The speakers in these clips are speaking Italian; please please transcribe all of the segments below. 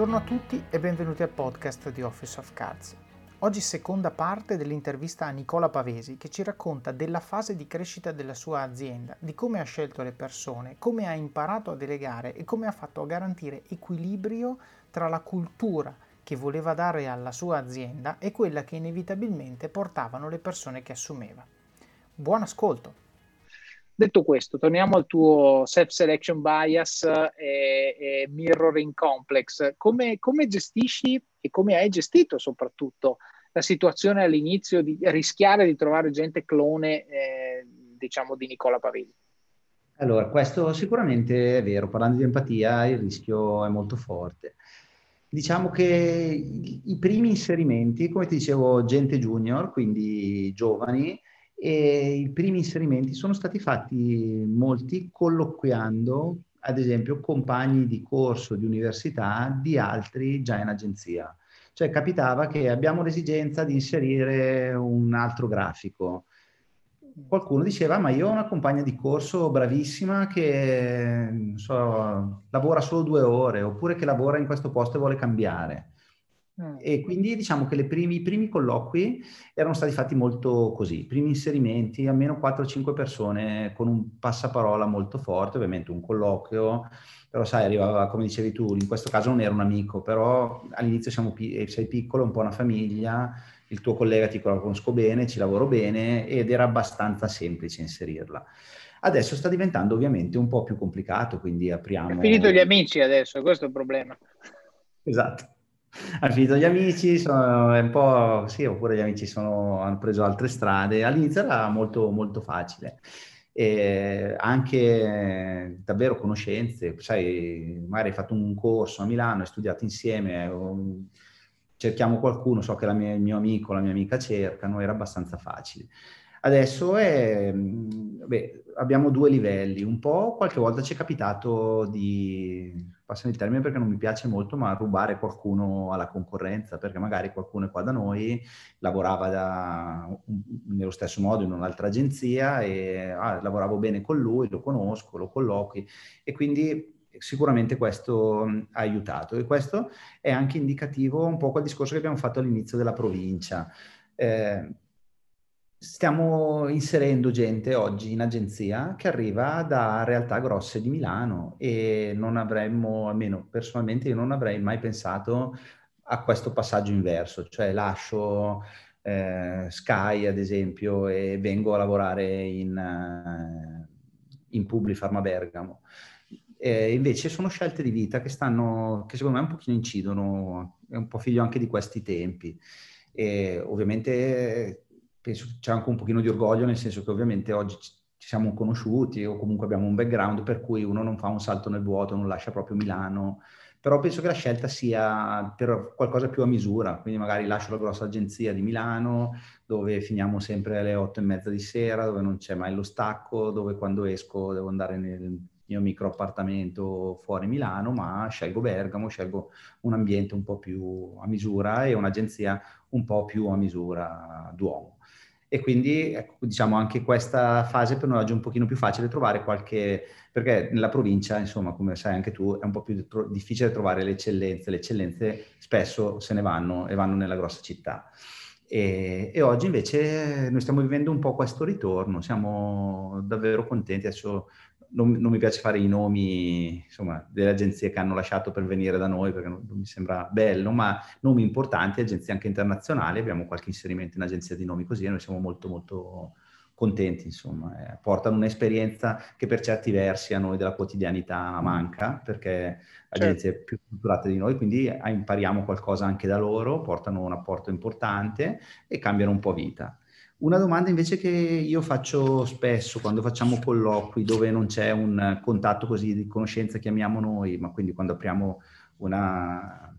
Buongiorno a tutti e benvenuti al podcast di Office of Cards. Oggi seconda parte dell'intervista a Nicola Pavesi che ci racconta della fase di crescita della sua azienda, di come ha scelto le persone, come ha imparato a delegare e come ha fatto a garantire equilibrio tra la cultura che voleva dare alla sua azienda e quella che inevitabilmente portavano le persone che assumeva. Buon ascolto! Detto questo, torniamo al tuo self-selection bias e mirroring complex. Come gestisci e come hai gestito soprattutto la situazione all'inizio di rischiare di trovare gente clone, diciamo, di Nicola Pavesi? Allora, questo sicuramente è vero, parlando di empatia il rischio è molto forte. Diciamo che i primi inserimenti, come ti dicevo, gente junior, quindi giovani, e i primi inserimenti sono stati fatti molti colloquiando, ad esempio, compagni di corso di università di altri già in agenzia. Cioè capitava che abbiamo l'esigenza di inserire un altro grafico. Qualcuno diceva, ma io ho una compagna di corso bravissima che, non so, lavora solo 2 ore, oppure che lavora in questo posto e vuole cambiare. E quindi diciamo che i primi colloqui erano stati fatti molto così, primi inserimenti, almeno 4-5 persone con un passaparola molto forte, ovviamente un colloquio, però sai, arrivava, come dicevi tu, in questo caso non era un amico, però all'inizio sei piccolo, un po' una famiglia, il tuo collega ti conosco bene, ci lavoro bene ed era abbastanza semplice inserirla. Adesso sta diventando ovviamente un po' più complicato, quindi apriamo... Hai finito gli amici adesso, questo è il problema. Esatto. Hanno finito gli amici, sono un po'... sì, oppure gli amici hanno preso altre strade. All'inizio era molto, molto facile. E anche davvero conoscenze, sai, magari hai fatto un corso a Milano, hai studiato insieme, cerchiamo qualcuno, so che il mio amico, la mia amica cercano, era abbastanza facile. Adesso abbiamo 2 livelli, un po' qualche volta ci è capitato di, passami il termine perché non mi piace molto, ma rubare qualcuno alla concorrenza, perché magari qualcuno è qua da noi, lavorava nello stesso modo in un'altra agenzia e lavoravo bene con lui, lo conosco, lo colloqui e quindi sicuramente questo ha aiutato e questo è anche indicativo un po' quel discorso che abbiamo fatto all'inizio della provincia. Stiamo inserendo gente oggi in agenzia che arriva da realtà grosse di Milano e non avremmo, almeno personalmente io non avrei mai pensato a questo passaggio inverso, cioè lascio Sky ad esempio e vengo a lavorare in Publifarma Bergamo. Invece sono scelte di vita che secondo me un pochino incidono, è un po' figlio anche di questi tempi. E ovviamente penso che c'è anche un pochino di orgoglio, nel senso che ovviamente oggi ci siamo conosciuti o comunque abbiamo un background per cui uno non fa un salto nel vuoto, non lascia proprio Milano, però penso che la scelta sia per qualcosa più a misura, quindi magari lascio la grossa agenzia di Milano, dove finiamo sempre alle 8:30 di sera, dove non c'è mai lo stacco, dove quando esco devo andare nel mio micro appartamento fuori Milano, ma scelgo Bergamo, scelgo un ambiente un po' più a misura e un'agenzia un po' più a misura d'uomo. E quindi ecco, diciamo anche questa fase per noi oggi è un pochino più facile trovare perché nella provincia, insomma, come sai anche tu, è un po' più difficile trovare le eccellenze spesso se ne vanno e vanno nella grossa città. E oggi invece noi stiamo vivendo un po' questo ritorno, siamo davvero contenti. Adesso non mi piace fare i nomi, insomma, delle agenzie che hanno lasciato per venire da noi, perché non mi sembra bello, ma nomi importanti, agenzie anche internazionali, abbiamo qualche inserimento in agenzia di nomi così e noi siamo molto molto contenti, insomma, portano un'esperienza che per certi versi a noi della quotidianità manca, perché agenzie più strutturate di noi, quindi impariamo qualcosa anche da loro, portano un apporto importante e cambiano un po' vita. Una domanda invece che io faccio spesso quando facciamo colloqui dove non c'è un contatto così di conoscenza, chiamiamo noi, ma quindi quando apriamo un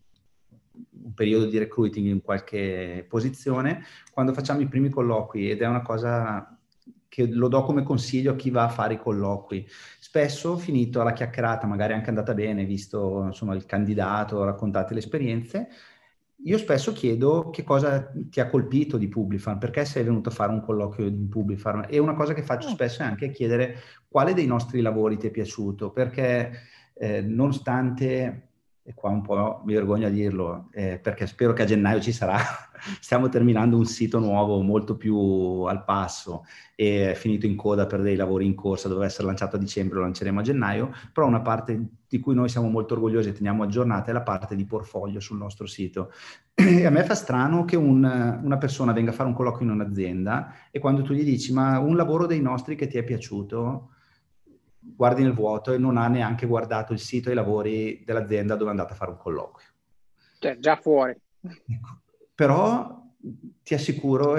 periodo di recruiting in qualche posizione, quando facciamo i primi colloqui, ed è una cosa che lo do come consiglio a chi va a fare i colloqui. Spesso, finito la chiacchierata, magari anche andata bene, visto insomma il candidato, raccontate le esperienze, io spesso chiedo che cosa ti ha colpito di Publifarm, perché sei venuto a fare un colloquio di Publifarm, e una cosa che faccio spesso è anche chiedere quale dei nostri lavori ti è piaciuto, perché nonostante e qua un po' mi vergogno a dirlo, perché spero che a gennaio ci sarà, stiamo terminando un sito nuovo molto più al passo, e è finito in coda per dei lavori in corsa, doveva essere lanciato a dicembre, lo lanceremo a gennaio, però una parte di cui noi siamo molto orgogliosi e teniamo aggiornata è la parte di portfolio sul nostro sito. E a me fa strano che una persona venga a fare un colloquio in un'azienda e quando tu gli dici ma un lavoro dei nostri che ti è piaciuto, guardi nel vuoto e non ha neanche guardato il sito e i lavori dell'azienda dove è andata a fare un colloquio. Cioè, già fuori. Però ti assicuro,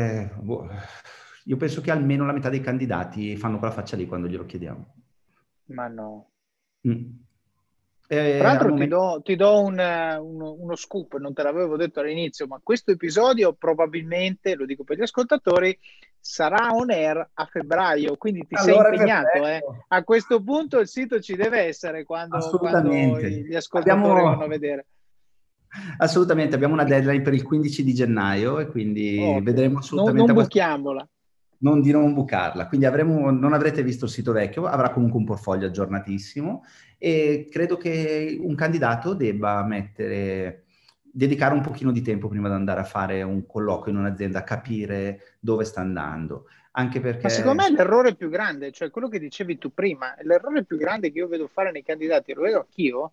io penso che almeno la metà dei candidati fanno quella faccia lì quando glielo chiediamo. Ma no. Tra Tra l'altro ti do uno scoop, non te l'avevo detto all'inizio, ma questo episodio probabilmente, lo dico per gli ascoltatori, sarà on air a febbraio, quindi ti sei impegnato. A questo punto il sito ci deve essere quando gli ascoltatori vanno a vedere. Assolutamente, abbiamo una deadline per il 15 di gennaio e quindi vedremo assolutamente. Non buchiamola. Di non bucarla, quindi non avrete visto il sito vecchio, avrà comunque un portfolio aggiornatissimo e credo che un candidato debba dedicare un pochino di tempo prima di andare a fare un colloquio in un'azienda, capire dove sta andando, anche perché... Ma secondo me è l'errore più grande, cioè quello che dicevi tu prima, l'errore più grande che io vedo fare nei candidati, lo vedo anch'io,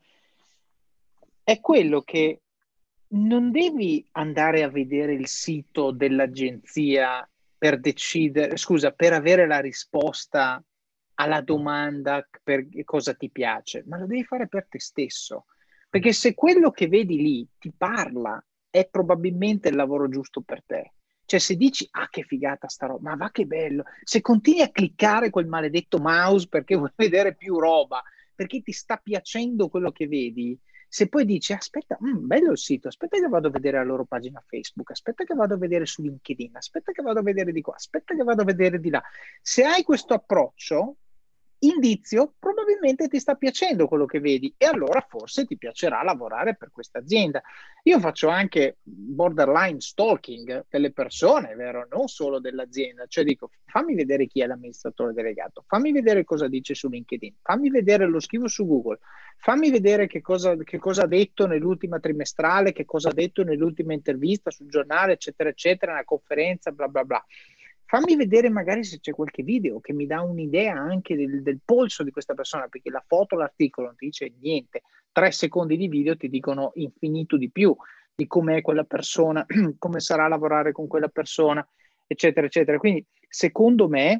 è quello che non devi andare a vedere il sito dell'agenzia per decidere, per avere la risposta alla domanda per cosa ti piace, ma lo devi fare per te stesso. Perché se quello che vedi lì ti parla, è probabilmente il lavoro giusto per te. Cioè se dici, ah che figata sta roba, ma va che bello, se continui a cliccare quel maledetto mouse perché vuoi vedere più roba, perché ti sta piacendo quello che vedi, se poi dici, aspetta, bello il sito, aspetta che vado a vedere la loro pagina Facebook, aspetta che vado a vedere su LinkedIn, aspetta che vado a vedere di qua, aspetta che vado a vedere di là. Se hai questo approccio, indizio, probabilmente ti sta piacendo quello che vedi e allora forse ti piacerà lavorare per questa azienda. Io faccio anche borderline stalking delle persone, vero? Non solo dell'azienda, cioè dico, fammi vedere chi è l'amministratore delegato, fammi vedere cosa dice su LinkedIn, fammi vedere, lo scrivo su Google, fammi vedere che cosa ha detto nell'ultima trimestrale, che cosa ha detto nell'ultima intervista sul giornale, eccetera, eccetera, una conferenza, bla bla bla. Fammi vedere magari se c'è qualche video che mi dà un'idea anche del polso di questa persona, perché la foto, l'articolo non ti dice niente. 3 secondi di video ti dicono infinito di più di com'è quella persona, come sarà lavorare con quella persona, eccetera, eccetera. Quindi, secondo me,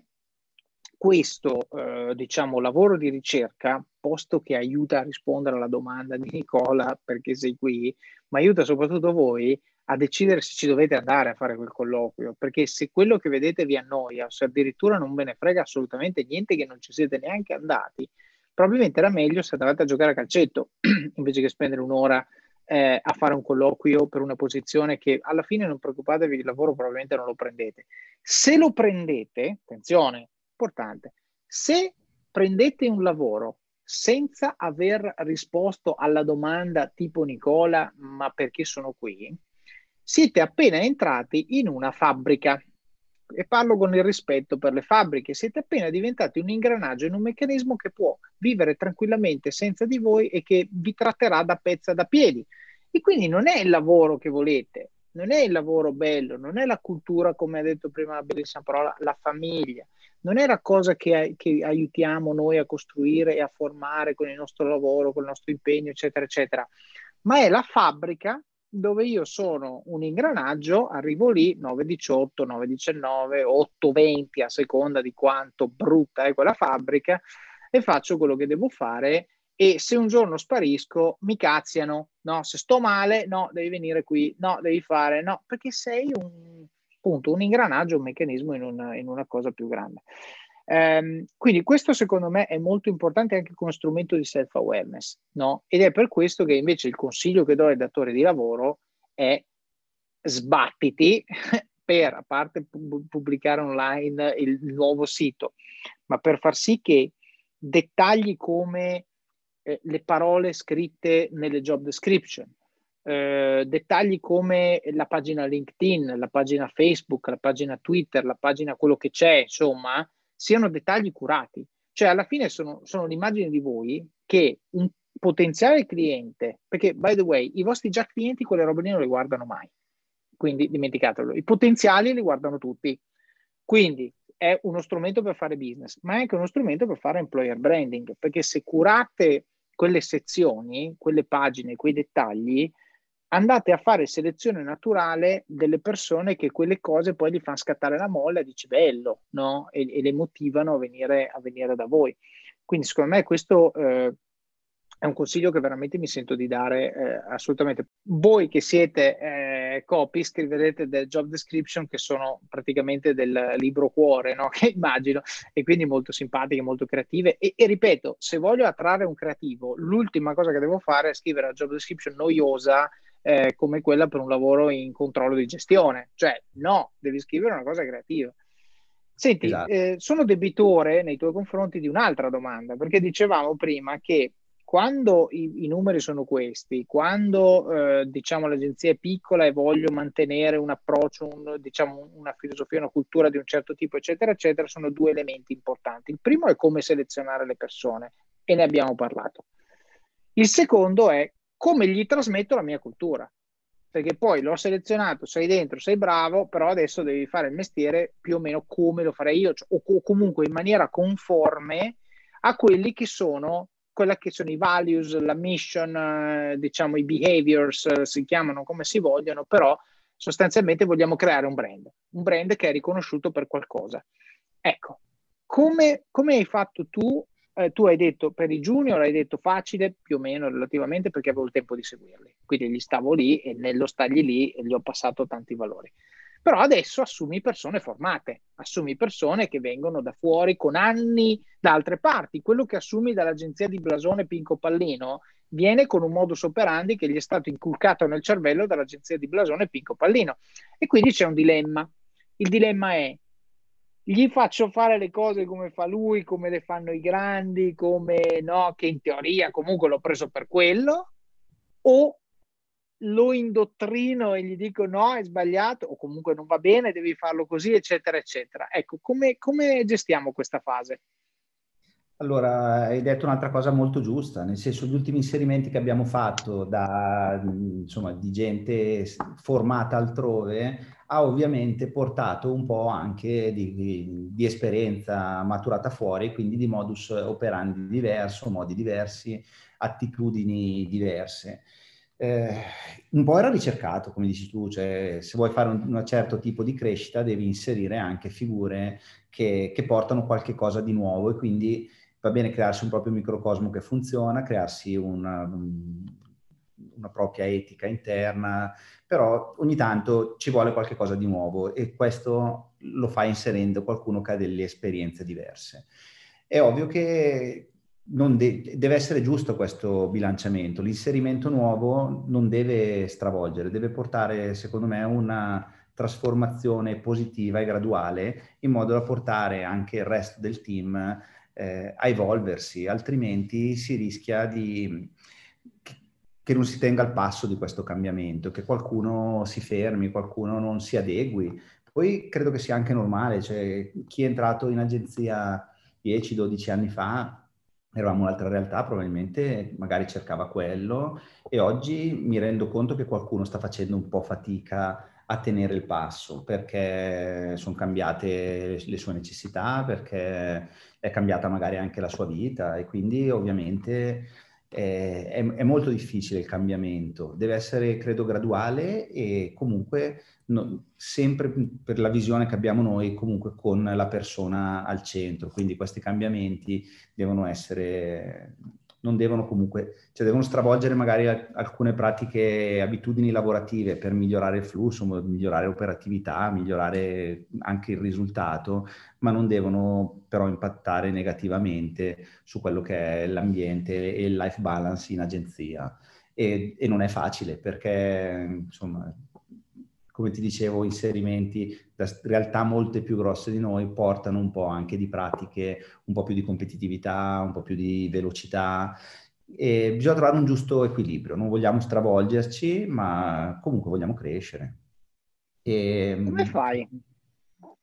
questo, lavoro di ricerca, posto che aiuta a rispondere alla domanda di Nicola, perché sei qui, ma aiuta soprattutto voi a decidere se ci dovete andare a fare quel colloquio, perché se quello che vedete vi annoia, o se addirittura non ve ne frega assolutamente niente, che non ci siete neanche andati, probabilmente era meglio se andavate a giocare a calcetto, invece che spendere un'ora a fare un colloquio per una posizione che alla fine, non preoccupatevi, il lavoro probabilmente non lo prendete. Se lo prendete, attenzione, importante, se prendete un lavoro senza aver risposto alla domanda tipo Nicola, ma perché sono qui? Siete appena entrati in una fabbrica e parlo con il rispetto per le fabbriche, siete appena diventati un ingranaggio in un meccanismo che può vivere tranquillamente senza di voi e che vi tratterà da pezza da piedi. E quindi non è il lavoro che volete, non è il lavoro bello, non è la cultura, come ha detto prima la bellissima parola, la famiglia, non è la cosa che aiutiamo noi a costruire e a formare con il nostro lavoro, con il nostro impegno, eccetera, eccetera, ma è la fabbrica dove io sono un ingranaggio, arrivo lì 9:18, 9:19, 8:20 a seconda di quanto brutta è quella fabbrica e faccio quello che devo fare e se un giorno sparisco mi cazziano, no, se sto male, no, devi venire qui, no, devi fare, no, perché sei un ingranaggio, un meccanismo in una cosa più grande. Quindi questo secondo me è molto importante anche come strumento di self-awareness, no? Ed è per questo che invece il consiglio che do ai datori di lavoro è sbattiti per, a parte pubblicare online il nuovo sito, ma per far sì che dettagli come le parole scritte nelle job description, dettagli come la pagina LinkedIn, la pagina Facebook, la pagina Twitter, la pagina quello che c'è, insomma, siano dettagli curati. Cioè alla fine sono l'immagine di voi che potenziale cliente, perché by the way, i vostri già clienti quelle robe lì non le guardano mai, quindi dimenticatelo, i potenziali li guardano tutti, quindi è uno strumento per fare business, ma è anche uno strumento per fare employer branding, perché se curate quelle sezioni, quelle pagine, quei dettagli, andate a fare selezione naturale delle persone che quelle cose poi gli fanno scattare la molla e dice bello, no? E le motivano a venire da voi. Quindi secondo me questo è un consiglio che veramente mi sento di dare assolutamente. Voi che siete copy, scriverete del job description che sono praticamente del libro cuore, no? Che immagino, e quindi molto simpatiche, molto creative. E ripeto, se voglio attrarre un creativo, l'ultima cosa che devo fare è scrivere la job description noiosa come quella per un lavoro in controllo di gestione. Cioè, no, devi scrivere una cosa creativa. Senti, Esatto. sono debitore nei tuoi confronti di un'altra domanda, perché dicevamo prima che quando i numeri sono questi, quando diciamo l'agenzia è piccola e voglio mantenere un approccio, diciamo una filosofia, una cultura di un certo tipo, eccetera, eccetera, sono due elementi importanti. Il primo è come selezionare le persone, e ne abbiamo parlato. Il secondo è come gli trasmetto la mia cultura, perché poi l'ho selezionato, sei dentro, sei bravo, però adesso devi fare il mestiere più o meno come lo farei io, cioè, o comunque in maniera conforme a quelli che sono quella che sono i values, la mission, diciamo i behaviors, si chiamano come si vogliono, però sostanzialmente vogliamo creare un brand che è riconosciuto per qualcosa. Ecco, come hai fatto tu? Tu hai detto per i junior, hai detto facile più o meno relativamente perché avevo il tempo di seguirli, quindi gli stavo lì e nello stargli lì gli ho passato tanti valori. Però adesso assumi persone formate, assumi persone che vengono da fuori con anni da altre parti. Quello che assumi dall'agenzia di Blasone Pinco Pallino viene con un modus operandi che gli è stato inculcato nel cervello dall'agenzia di Blasone Pinco Pallino. E quindi c'è un dilemma. Il dilemma è: gli faccio fare le cose come fa lui, come le fanno i grandi, come no, che in teoria comunque l'ho preso per quello, o lo indottrino e gli dico no, è sbagliato, o comunque non va bene, devi farlo così, eccetera, eccetera. Ecco, come gestiamo questa fase? Allora, hai detto un'altra cosa molto giusta, nel senso gli ultimi inserimenti che abbiamo fatto insomma, di gente formata altrove ha ovviamente portato un po' anche di esperienza maturata fuori, quindi di modus operandi diverso, modi diversi, attitudini diverse. Un po' era ricercato, come dici tu, cioè se vuoi fare un certo tipo di crescita devi inserire anche figure che portano qualche cosa di nuovo e quindi va bene crearsi un proprio microcosmo che funziona, crearsi una propria etica interna, però ogni tanto ci vuole qualche cosa di nuovo e questo lo fai inserendo qualcuno che ha delle esperienze diverse. È ovvio che deve essere giusto questo bilanciamento, l'inserimento nuovo non deve stravolgere, deve portare secondo me una trasformazione positiva e graduale in modo da portare anche il resto del team a evolversi, altrimenti si rischia che non si tenga al passo di questo cambiamento, che qualcuno si fermi, qualcuno non si adegui. Poi credo che sia anche normale, cioè chi è entrato in agenzia 10-12 anni fa, eravamo un'altra realtà, probabilmente magari cercava quello e oggi mi rendo conto che qualcuno sta facendo un po' fatica a tenere il passo perché sono cambiate le sue necessità, perché è cambiata magari anche la sua vita e quindi ovviamente è molto difficile il cambiamento. Deve essere, credo, graduale e comunque sempre per la visione che abbiamo noi, comunque con la persona al centro. Quindi questi cambiamenti devono essere, non devono comunque, cioè devono stravolgere magari alcune pratiche, abitudini lavorative per migliorare il flusso, migliorare l'operatività, migliorare anche il risultato, ma non devono però impattare negativamente su quello che è l'ambiente e il life balance in agenzia. E non è facile perché, insomma, come ti dicevo, inserimenti da realtà molte più grosse di noi portano un po' anche di pratiche, un po' più di competitività, un po' più di velocità. E bisogna trovare un giusto equilibrio, non vogliamo stravolgerci, ma comunque vogliamo crescere. Come fai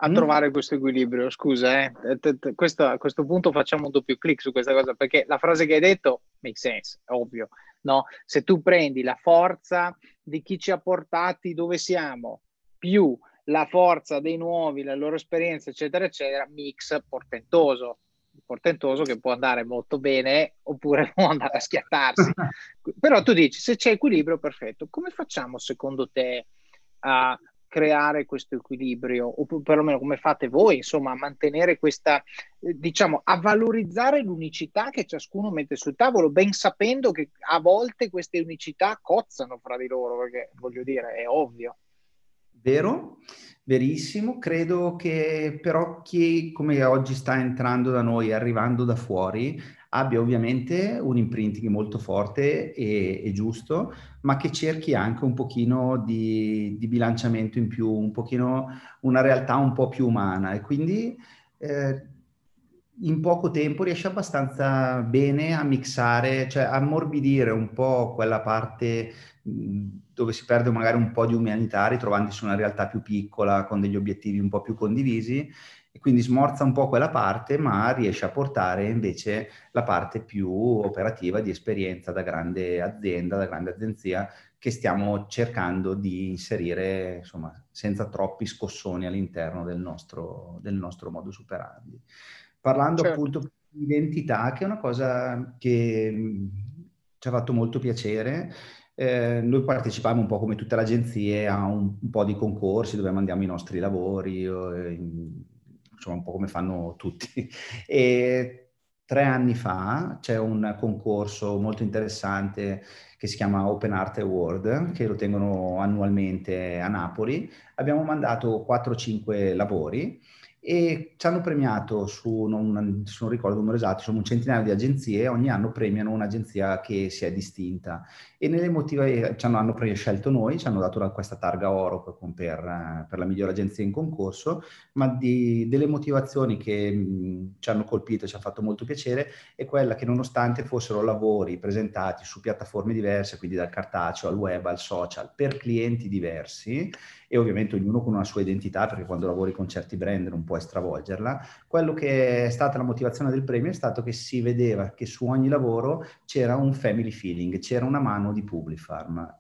a trovare questo equilibrio? Scusa, a questo punto facciamo un doppio clic su questa cosa, perché la frase che hai detto make sense, è ovvio, no? Se tu prendi la forza di chi ci ha portati dove siamo, più la forza dei nuovi, la loro esperienza, eccetera, eccetera, mix portentoso che può andare molto bene oppure può andare a schiattarsi. Però tu dici, se c'è equilibrio, perfetto. Come facciamo secondo te a creare questo equilibrio, o perlomeno come fate voi, insomma, a mantenere questa, diciamo, a valorizzare l'unicità che ciascuno mette sul tavolo, ben sapendo che a volte queste unicità cozzano fra di loro, perché voglio dire, è ovvio. Vero, verissimo. Credo che però chi come oggi sta entrando da noi, arrivando da fuori, abbia ovviamente un imprinting molto forte e giusto, ma che cerchi anche un pochino di bilanciamento in più, un pochino una realtà un po' più umana, e quindi in poco tempo riesce abbastanza bene a mixare, cioè a ammorbidire un po' quella parte dove si perde magari un po' di umanità, ritrovandosi una realtà più piccola con degli obiettivi un po' più condivisi, e quindi smorza un po' quella parte, ma riesce a portare invece la parte più operativa di esperienza da grande azienda, da grande agenzia, che stiamo cercando di inserire, insomma, senza troppi scossoni all'interno del nostro modus operandi. Parlando appunto di identità, che è una cosa che ci ha fatto molto piacere. Noi partecipavamo un po' come tutte le agenzie a un po' di concorsi dove mandiamo i nostri lavori, insomma un po' come fanno tutti. E 3 anni fa c'è un concorso molto interessante che si chiama Open Art Award, che lo tengono annualmente a Napoli. Abbiamo mandato 4-5 lavori e ci hanno premiato non ricordo il numero esatto, sono un centinaio di agenzie, ogni anno premiano un'agenzia che si è distinta, e nelle hanno scelto noi, ci hanno dato questa targa oro per la migliore agenzia in concorso, ma delle motivazioni che ci hanno colpito e ci ha fatto molto piacere è quella che, nonostante fossero lavori presentati su piattaforme diverse, quindi dal cartaceo al web al social, per clienti diversi, e ovviamente ognuno con una sua identità, perché quando lavori con certi brand non puoi stravolgerla, quello che è stata la motivazione del premio è stato che si vedeva che su ogni lavoro c'era un family feeling, c'era una mano di Publifarm,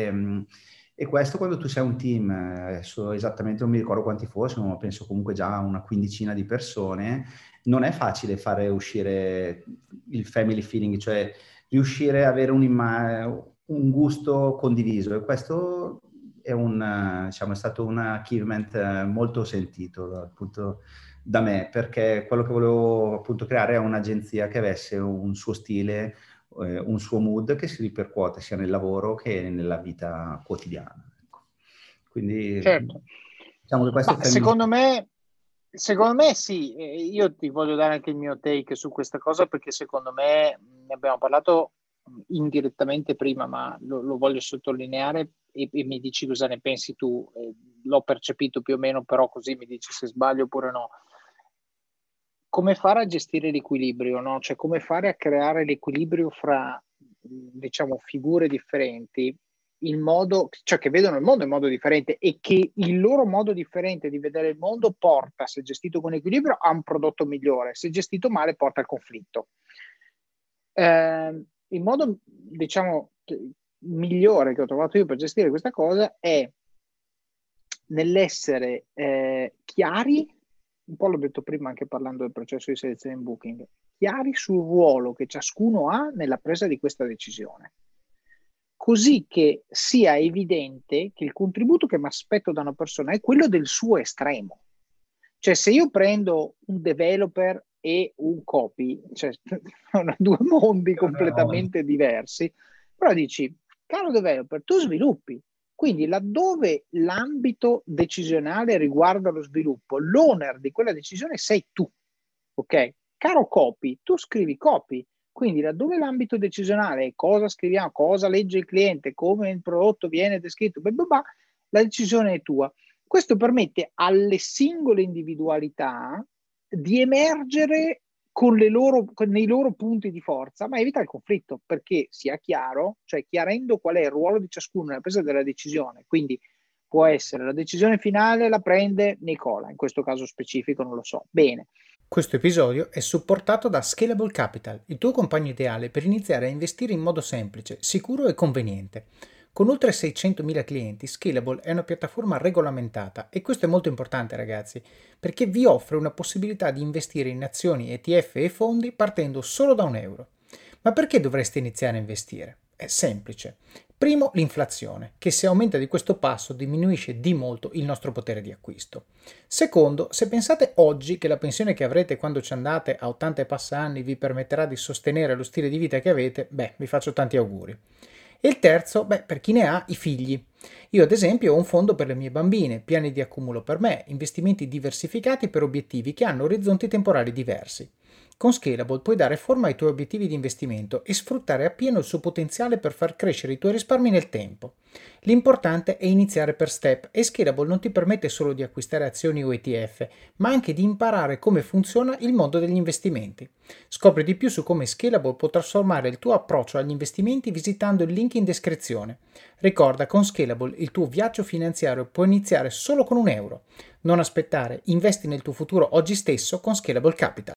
e questo, quando tu sei un team, adesso esattamente non mi ricordo quanti fossero, ma penso comunque già una quindicina di persone, non è facile fare uscire il family feeling, cioè riuscire ad avere un gusto condiviso, e questo è diciamo, è stato un achievement molto sentito appunto da me, perché quello che volevo appunto creare è un'agenzia che avesse un suo stile, un suo mood che si ripercuote sia nel lavoro che nella vita quotidiana. Ecco. Quindi certo. diciamo che questo è secondo me sì, io ti voglio dare anche il mio take su questa cosa, perché secondo me ne abbiamo parlato indirettamente prima, ma lo voglio sottolineare e mi dici cosa ne pensi tu. L'ho percepito più o meno, però così mi dici se sbaglio oppure no. Come fare a gestire l'equilibrio, no? Cioè come fare a creare l'equilibrio fra, diciamo, figure differenti, cioè che vedono il mondo in modo differente, e che il loro modo differente di vedere il mondo porta, se gestito con equilibrio, a un prodotto migliore, se gestito male porta al conflitto. Il modo, diciamo, migliore che ho trovato io per gestire questa cosa è nell'essere chiari, un po' l'ho detto prima anche parlando del processo di selezione in Booking, chiari sul ruolo che ciascuno ha nella presa di questa decisione, così che sia evidente che il contributo che mi aspetto da una persona è quello del suo estremo. Cioè, se io prendo un developer e un copy, cioè sono due mondi completamente diversi, però dici, caro developer, tu sviluppi, quindi laddove l'ambito decisionale riguarda lo sviluppo, l'owner di quella decisione sei tu, ok? Caro copy, tu scrivi copy, quindi laddove l'ambito decisionale è cosa scriviamo, cosa legge il cliente, come il prodotto viene descritto, la decisione è tua. Questo permette alle singole individualità di emergere nei loro punti di forza, ma evita il conflitto, perché sia chiaro, cioè chiarendo qual è il ruolo di ciascuno nella presa della decisione, quindi può essere la decisione finale la prende Nicola, in questo caso specifico non lo so. Bene. Questo episodio è supportato da Scalable Capital, il tuo compagno ideale per iniziare a investire in modo semplice, sicuro e conveniente. Con oltre 600.000 clienti, Scalable è una piattaforma regolamentata e questo è molto importante, ragazzi, perché vi offre una possibilità di investire in azioni, ETF e fondi partendo solo da €1. Ma perché dovreste iniziare a investire? È semplice. Primo, l'inflazione, che se aumenta di questo passo diminuisce di molto il nostro potere di acquisto. Secondo, se pensate oggi che la pensione che avrete quando ci andate a 80 e passa anni vi permetterà di sostenere lo stile di vita che avete, vi faccio tanti auguri. E il terzo, per chi ne ha, i figli. Io ad esempio ho un fondo per le mie bambine, piani di accumulo per me, investimenti diversificati per obiettivi che hanno orizzonti temporali diversi. Con Scalable puoi dare forma ai tuoi obiettivi di investimento e sfruttare appieno il suo potenziale per far crescere i tuoi risparmi nel tempo. L'importante è iniziare per step e Scalable non ti permette solo di acquistare azioni o ETF, ma anche di imparare come funziona il mondo degli investimenti. Scopri di più su come Scalable può trasformare il tuo approccio agli investimenti visitando il link in descrizione. Ricorda, con Scalable il tuo viaggio finanziario può iniziare solo con €1. Non aspettare, investi nel tuo futuro oggi stesso con Scalable Capital.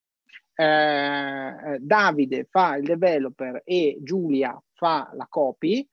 Davide fa il developer e Giulia fa la copy,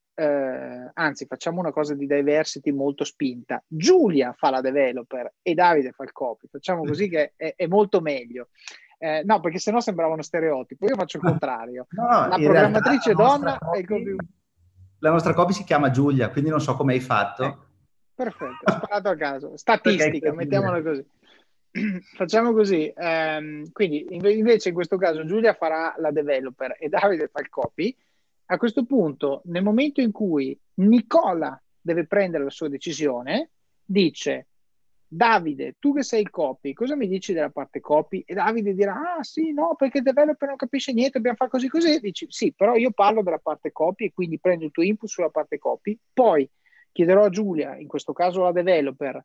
anzi facciamo una cosa di diversity molto spinta, Giulia fa la developer e Davide fa il copy, facciamo così che è molto meglio. No, perché sennò sembrava uno stereotipo, io faccio il contrario. No, La programmatrice donna e il copy. La nostra copy si chiama Giulia, quindi non so come hai fatto. Perfetto, sparato a caso. Statistica, mettiamola così. Facciamo così, quindi invece in questo caso Giulia farà la developer e Davide fa il copy. A questo punto, nel momento in cui Nicola deve prendere la sua decisione, dice: Davide, tu che sei il copy, cosa mi dici della parte copy? E Davide dirà: ah sì, no, perché il developer non capisce niente, dobbiamo fare così così. Dici: sì, però io parlo della parte copy e quindi prendo il tuo input sulla parte copy, poi chiederò a Giulia, in questo caso la developer,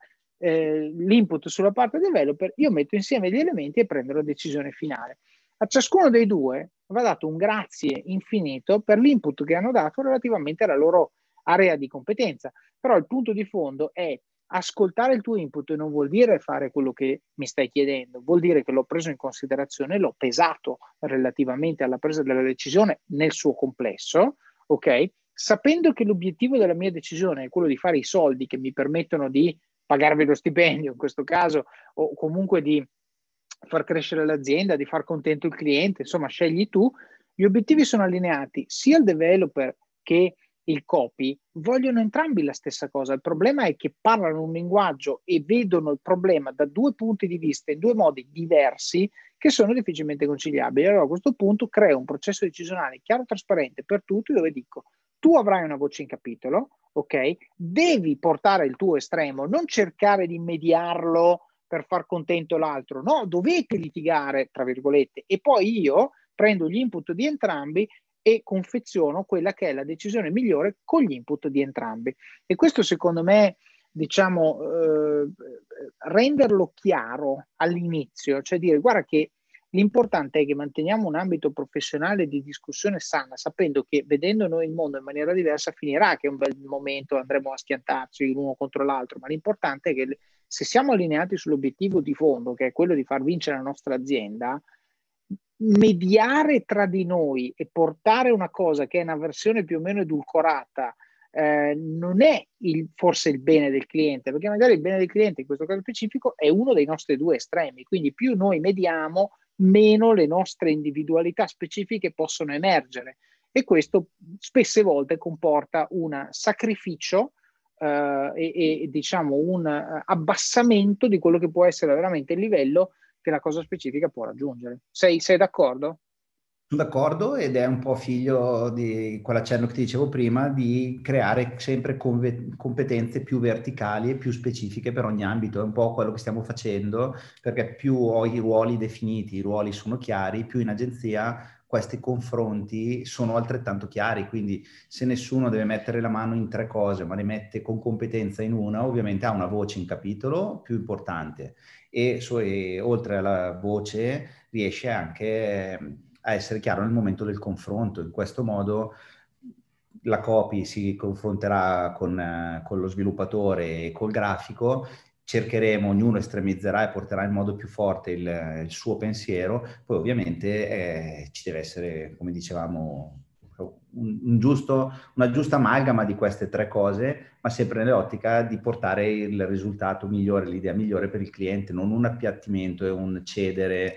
l'input sulla parte developer, io metto insieme gli elementi e prendo la decisione finale. A ciascuno dei due va dato un grazie infinito per l'input che hanno dato relativamente alla loro area di competenza, però il punto di fondo è ascoltare il tuo input. Non vuol dire fare quello che mi stai chiedendo, vuol dire che l'ho preso in considerazione, l'ho pesato relativamente alla presa della decisione nel suo complesso, ok? Sapendo che l'obiettivo della mia decisione è quello di fare i soldi che mi permettono di pagarvi lo stipendio in questo caso, o comunque di far crescere l'azienda, di far contento il cliente, insomma scegli tu, gli obiettivi sono allineati, sia il developer che il copy vogliono entrambi la stessa cosa. Il problema è che parlano un linguaggio e vedono il problema da due punti di vista, in due modi diversi, che sono difficilmente conciliabili. Allora a questo punto creo un processo decisionale chiaro e trasparente per tutti, dove dico: tu avrai una voce in capitolo, ok? Devi portare il tuo estremo, non cercare di mediarlo per far contento l'altro, no, dovete litigare, tra virgolette, e poi io prendo gli input di entrambi e confeziono quella che è la decisione migliore con gli input di entrambi. E questo secondo me, diciamo, renderlo chiaro all'inizio, cioè dire: guarda che l'importante è che manteniamo un ambito professionale di discussione sana, sapendo che vedendo noi il mondo in maniera diversa finirà che un bel momento andremo a schiantarci l'uno contro l'altro, ma l'importante è che se siamo allineati sull'obiettivo di fondo, che è quello di far vincere la nostra azienda, mediare tra di noi e portare una cosa che è una versione più o meno edulcorata non è forse il bene del cliente, perché magari il bene del cliente in questo caso specifico è uno dei nostri due estremi, quindi più noi mediamo, meno le nostre individualità specifiche possono emergere, e questo spesse volte comporta un sacrificio e diciamo un abbassamento di quello che può essere veramente il livello che la cosa specifica può raggiungere. Sei d'accordo? Sono d'accordo, ed è un po' figlio di quell'accenno che ti dicevo prima, di creare sempre competenze più verticali e più specifiche per ogni ambito. È un po' quello che stiamo facendo, perché più ho i ruoli definiti, i ruoli sono chiari, più in agenzia questi confronti sono altrettanto chiari. Quindi se nessuno deve mettere la mano in tre cose, ma le mette con competenza in una, ovviamente ha una voce in capitolo più importante e oltre alla voce riesce anche a essere chiaro nel momento del confronto. In questo modo la copy si confronterà con lo sviluppatore e col grafico, cercheremo, ognuno estremizzerà e porterà in modo più forte il suo pensiero, poi ovviamente ci deve essere, come dicevamo, una giusta amalgama di queste tre cose, ma sempre nell'ottica di portare il risultato migliore, l'idea migliore per il cliente, non un appiattimento e un cedere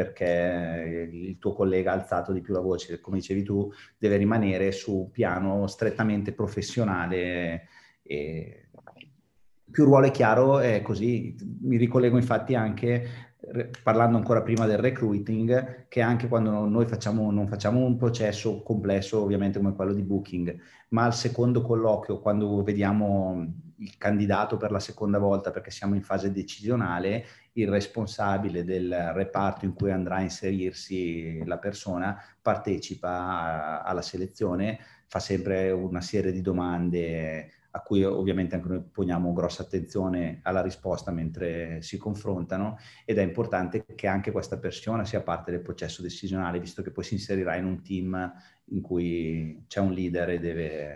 perché il tuo collega ha alzato di più la voce, come dicevi tu, deve rimanere su un piano strettamente professionale e più il ruolo è chiaro è così. Mi ricollego infatti anche parlando ancora prima del recruiting, che anche quando noi non facciamo un processo complesso ovviamente come quello di booking, ma al secondo colloquio, quando vediamo il candidato per la seconda volta perché siamo in fase decisionale, il responsabile del reparto in cui andrà a inserirsi la persona partecipa alla selezione, fa sempre una serie di domande a cui ovviamente anche noi poniamo grossa attenzione alla risposta mentre si confrontano, ed è importante che anche questa persona sia parte del processo decisionale, visto che poi si inserirà in un team in cui c'è un leader e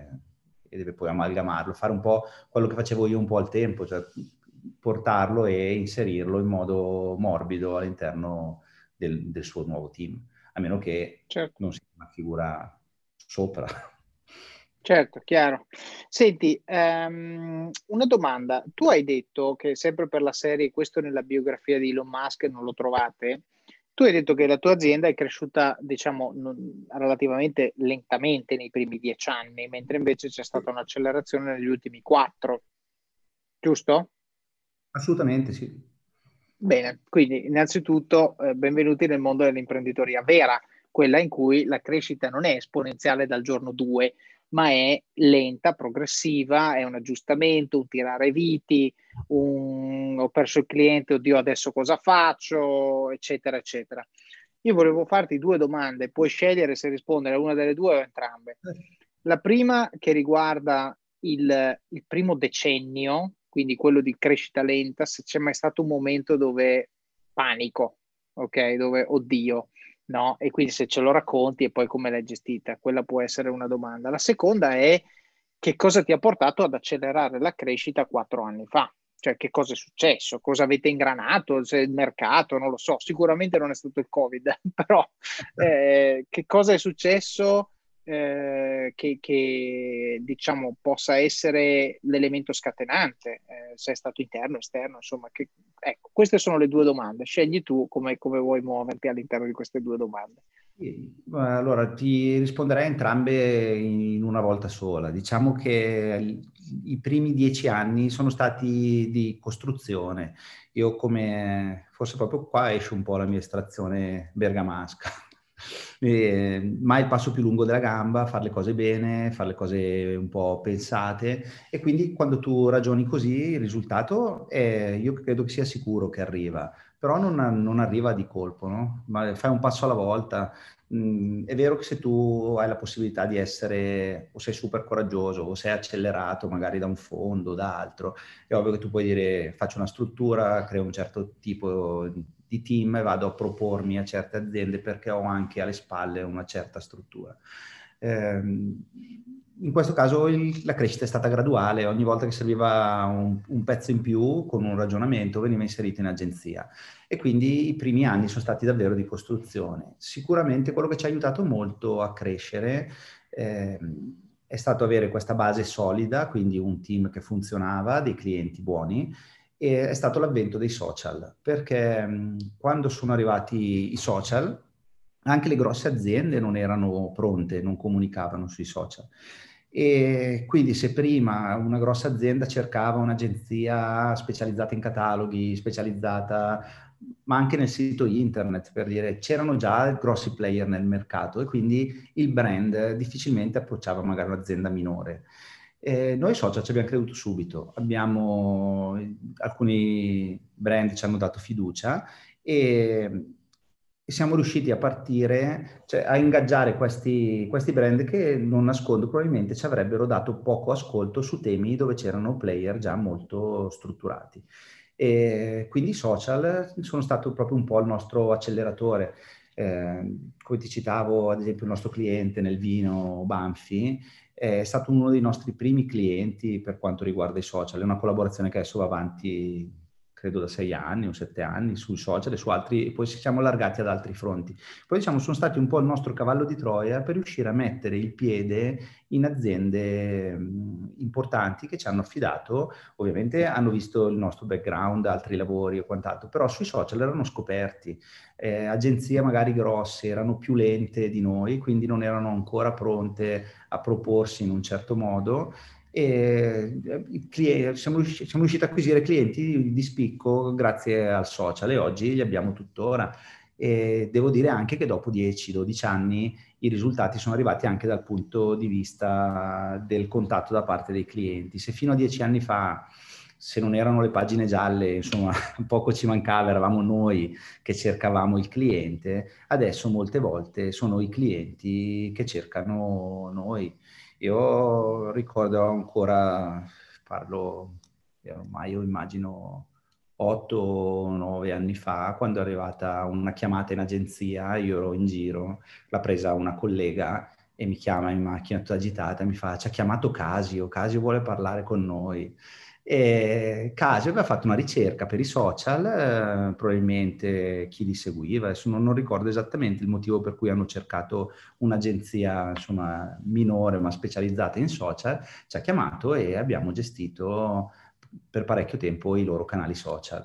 deve poi amalgamarlo, fare un po' quello che facevo io un po' al tempo, cioè portarlo e inserirlo in modo morbido all'interno del suo nuovo team, a meno che non sia una figura sopra. Certo, chiaro. Senti, una domanda. Tu hai detto che sempre per la serie, questo nella biografia di Elon Musk non lo trovate, tu hai detto che la tua azienda è cresciuta, diciamo, relativamente lentamente nei primi 10 anni, mentre invece c'è stata un'accelerazione negli ultimi 4, giusto? Assolutamente sì. Bene, quindi innanzitutto benvenuti nel mondo dell'imprenditoria vera, quella in cui la crescita non è esponenziale dal giorno 2, ma è lenta, progressiva, è un aggiustamento, un tirare viti, ho perso il cliente, oddio adesso cosa faccio, eccetera, eccetera. Io volevo farti 2 domande, puoi scegliere se rispondere a una delle 2 o entrambe. La prima che riguarda il primo decennio, quindi quello di crescita lenta, se c'è mai stato un momento dove panico, ok? Dove oddio, no? E quindi se ce lo racconti e poi come l'hai gestita, quella può essere una domanda. La seconda è che cosa ti ha portato ad accelerare la crescita 4 anni fa? Cioè che cosa è successo? Cosa avete ingranato? Se il mercato, non lo so, sicuramente non è stato il Covid, però che cosa è successo? Che diciamo possa essere l'elemento scatenante, se è stato interno, esterno, insomma, ecco, queste sono le 2 domande. Scegli tu come vuoi muoverti all'interno di queste 2 domande. Allora, ti risponderei entrambe in una volta sola. Diciamo che i primi 10 anni sono stati di costruzione. Io forse proprio qua esce un po' la mia estrazione bergamasca. Ma il passo più lungo della gamba, fare le cose bene, fare le cose un po' pensate, e quindi quando tu ragioni così il risultato io credo che sia sicuro che arriva, però non arriva di colpo, no? Ma fai un passo alla volta. È vero che se tu hai la possibilità di essere, o sei super coraggioso, o sei accelerato magari da un fondo, da altro, è ovvio che tu puoi dire faccio una struttura, creo un certo tipo di team e vado a propormi a certe aziende perché ho anche alle spalle una certa struttura. In questo caso la crescita è stata graduale, ogni volta che serviva un pezzo in più con un ragionamento veniva inserito in agenzia, e quindi i primi anni sono stati davvero di costruzione. Sicuramente quello che ci ha aiutato molto a crescere è stato avere questa base solida, quindi un team che funzionava, dei clienti buoni, e è stato l'avvento dei social, perché quando sono arrivati i social anche le grosse aziende non erano pronte, non comunicavano sui social. E quindi se prima una grossa azienda cercava un'agenzia specializzata in cataloghi, specializzata ma anche nel sito internet, per dire, c'erano già grossi player nel mercato e quindi il brand difficilmente approcciava magari un'azienda minore. Noi social ci abbiamo creduto subito, alcuni brand ci hanno dato fiducia e siamo riusciti a partire, cioè a ingaggiare questi brand che, non nascondo, probabilmente ci avrebbero dato poco ascolto su temi dove c'erano player già molto strutturati. E quindi i social sono stato proprio un po' il nostro acceleratore. Come ti citavo, ad esempio il nostro cliente nel vino Banfi è stato uno dei nostri primi clienti per quanto riguarda i social. È una collaborazione che adesso va avanti, credo da 6 anni o 7 anni sui social e su altri, e poi ci siamo allargati ad altri fronti. Poi diciamo sono stati un po' il nostro cavallo di Troia per riuscire a mettere il piede in aziende importanti che ci hanno affidato. Ovviamente hanno visto il nostro background, altri lavori e quant'altro, però sui social erano scoperti. Agenzie magari grosse erano più lente di noi, quindi non erano ancora pronte a proporsi in un certo modo, e siamo riusciti a acquisire clienti di spicco grazie al social, e oggi li abbiamo tuttora. E devo dire anche che dopo 10-12 anni i risultati sono arrivati anche dal punto di vista del contatto da parte dei clienti. Se fino a 10 anni fa, se non erano le pagine gialle, insomma, poco ci mancava, eravamo noi che cercavamo il cliente, adesso molte volte sono i clienti che cercano noi. Io ricordo ancora, parlo ormai, io immagino 8-9 anni fa, quando è arrivata una chiamata in agenzia, io ero in giro, l'ha presa una collega e mi chiama in macchina tutta agitata, mi fa: ci ha chiamato Casio, Casio vuole parlare con noi. E Casio aveva fatto una ricerca per i social, probabilmente chi li seguiva, adesso non ricordo esattamente il motivo per cui hanno cercato un'agenzia, insomma, minore ma specializzata in social, ci ha chiamato e abbiamo gestito per parecchio tempo i loro canali social.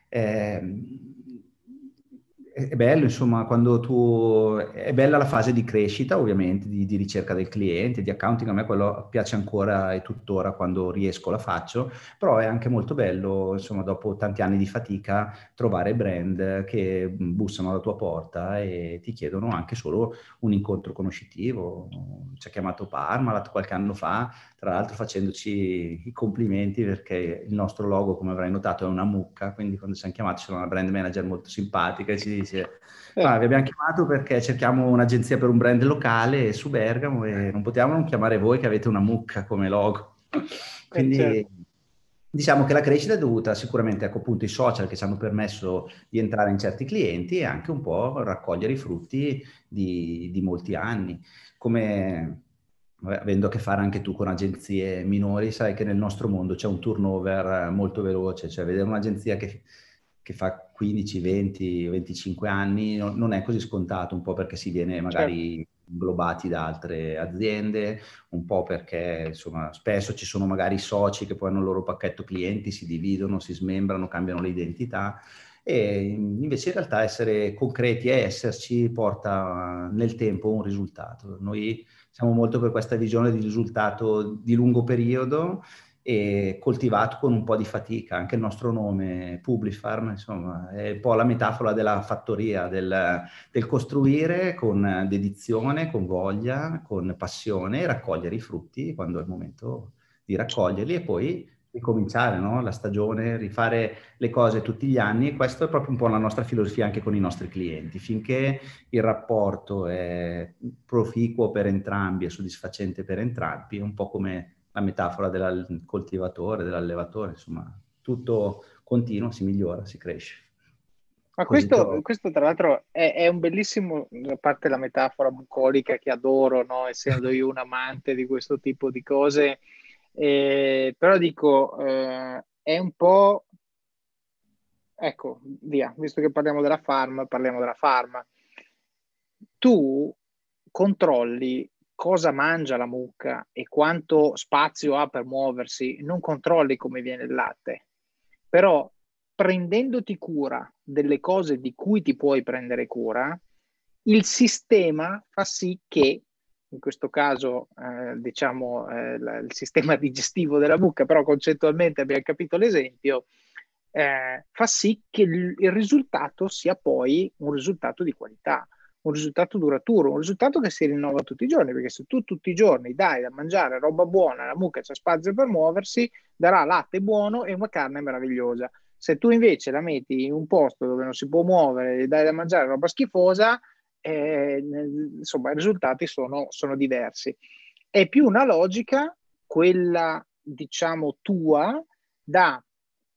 È bello, insomma, quando tu... È bella la fase di crescita, ovviamente, di ricerca del cliente, di accounting. A me quello piace ancora e tuttora, quando riesco la faccio, però è anche molto bello, insomma, dopo tanti anni di fatica, trovare brand che bussano alla tua porta e ti chiedono anche solo un incontro conoscitivo. Ci ha chiamato Parmalat qualche anno fa, tra l'altro facendoci i complimenti, perché il nostro logo, come avrai notato, è una mucca, quindi quando ci hanno chiamato c'era una brand manager molto simpatica e ci dice: vi abbiamo chiamato perché cerchiamo un'agenzia per un brand locale su Bergamo e non potevamo non chiamare voi che avete una mucca come logo. Quindi certo. diciamo che la crescita è dovuta sicuramente, ecco, appunto, ai social che ci hanno permesso di entrare in certi clienti e anche un po' raccogliere i frutti di molti anni. Come avendo a che fare anche tu con agenzie minori, sai che nel nostro mondo c'è un turnover molto veloce, cioè vedere un'agenzia che fa 15, 20, 25 anni non è così scontato, un po' perché si viene magari inglobati da altre aziende, un po' perché insomma spesso ci sono magari soci che poi hanno il loro pacchetto clienti, si dividono, si smembrano, cambiano le identità. E invece in realtà essere concreti e esserci porta nel tempo un risultato. Noi siamo molto per questa visione di risultato di lungo periodo e coltivato con un po' di fatica. Anche il nostro nome, Publifarm, insomma, è un po' la metafora della fattoria, del costruire con dedizione, con voglia, con passione e raccogliere i frutti quando è il momento di raccoglierli, e poi ricominciare, no? La stagione, rifare le cose tutti gli anni. E questo è proprio un po' la nostra filosofia anche con i nostri clienti. Finché il rapporto è proficuo per entrambi e soddisfacente per entrambi, è un po' come la metafora del coltivatore, dell'allevatore, insomma, tutto continua, si migliora, si cresce. Ma Così questo tra l'altro è un bellissimo, a parte la metafora bucolica che adoro, no? Essendo io un amante di questo tipo di cose, però dico, è un po', ecco, via, visto che parliamo della farm, parliamo della farm. Tu controlli cosa mangia la mucca e quanto spazio ha per muoversi, non controlli come viene il latte, però prendendoti cura delle cose di cui ti puoi prendere cura, il sistema fa sì che, in questo caso diciamo il sistema digestivo della mucca, però concettualmente abbiamo capito l'esempio, fa sì che il risultato sia poi un risultato di qualità, un risultato duraturo, un risultato che si rinnova tutti i giorni, perché se tu tutti i giorni dai da mangiare roba buona, la mucca c'ha spazio per muoversi, darà latte buono e una carne meravigliosa. Se tu invece la metti in un posto dove non si può muovere e dai da mangiare roba schifosa, insomma i risultati sono diversi. È più una logica, quella diciamo tua, da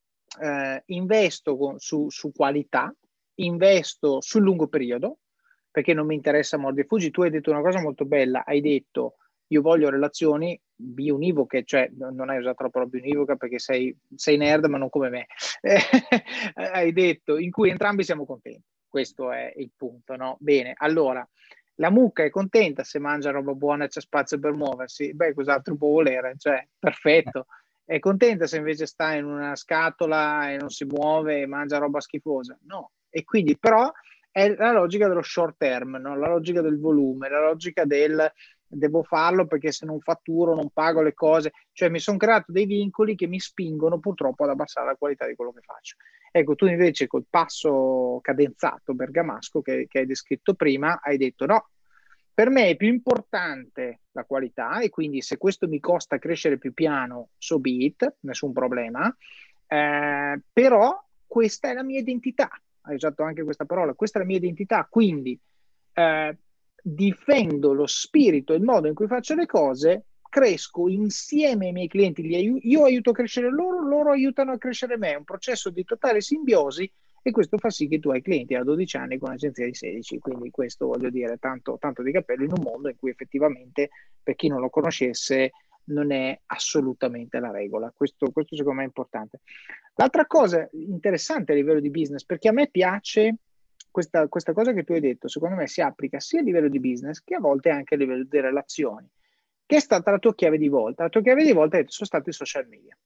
investo su qualità, investo sul lungo periodo, perché non mi interessa mordi e fuggi. Tu hai detto una cosa molto bella, hai detto io voglio relazioni biunivoche, cioè non hai usato la parola biunivoca perché sei nerd ma non come me. Hai detto in cui entrambi siamo contenti, questo è il punto, no? Bene, allora la mucca è contenta se mangia roba buona e c'è spazio per muoversi, beh, cos'altro può volere? Cioè, perfetto. È contenta se invece sta in una scatola e non si muove e mangia roba schifosa? No. E quindi però è la logica dello short term, no? La logica del volume, la logica del devo farlo perché se non fatturo non pago le cose, cioè mi sono creato dei vincoli che mi spingono purtroppo ad abbassare la qualità di quello che faccio. Ecco, tu invece col passo cadenzato bergamasco che hai descritto prima, hai detto no, per me è più importante la qualità e quindi se questo mi costa crescere più piano, so be it, nessun problema, però questa è la mia identità, hai usato anche questa parola, questa è la mia identità, quindi difendo lo spirito e il modo in cui faccio le cose, cresco insieme ai miei clienti, io aiuto a crescere loro aiutano a crescere me, è un processo di totale simbiosi e questo fa sì che tu hai clienti a 12 anni con un'agenzia di 16, quindi questo voglio dire tanto, tanto di cappello in un mondo in cui effettivamente per chi non lo conoscesse non è assolutamente la regola, questo secondo me è importante. L'altra cosa interessante a livello di business, perché a me piace questa cosa che tu hai detto, secondo me si applica sia a livello di business che a volte anche a livello di relazioni, che è stata la tua chiave di volta. La tua chiave di volta sono stati i social media.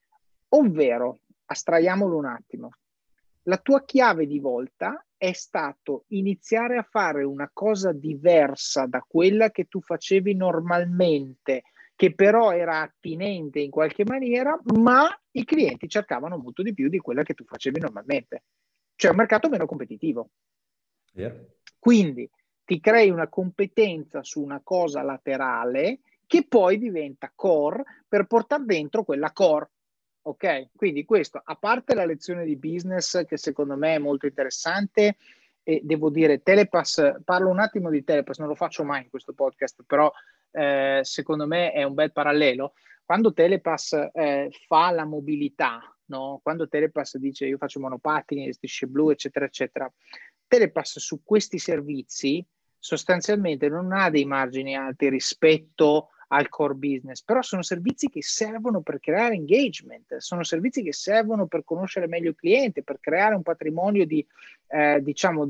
Ovvero, astraiamolo un attimo, la tua chiave di volta è stato iniziare a fare una cosa diversa da quella che tu facevi normalmente, che però era attinente in qualche maniera, ma i clienti cercavano molto di più di quella che tu facevi normalmente. Cioè un mercato meno competitivo. Yeah. Quindi ti crei una competenza su una cosa laterale che poi diventa core per portare dentro quella core. Ok? Quindi questo, a parte la lezione di business che secondo me è molto interessante, e devo dire, Telepass, parlo un attimo di Telepass, non lo faccio mai in questo podcast, però secondo me è un bel parallelo. Quando Telepass fa la mobilità, no? Quando Telepass dice io faccio monopattini, strisce blu, eccetera, eccetera, Telepass su questi servizi sostanzialmente non ha dei margini alti rispetto al core business, però sono servizi che servono per creare engagement, sono servizi che servono per conoscere meglio il cliente, per creare un patrimonio di, diciamo,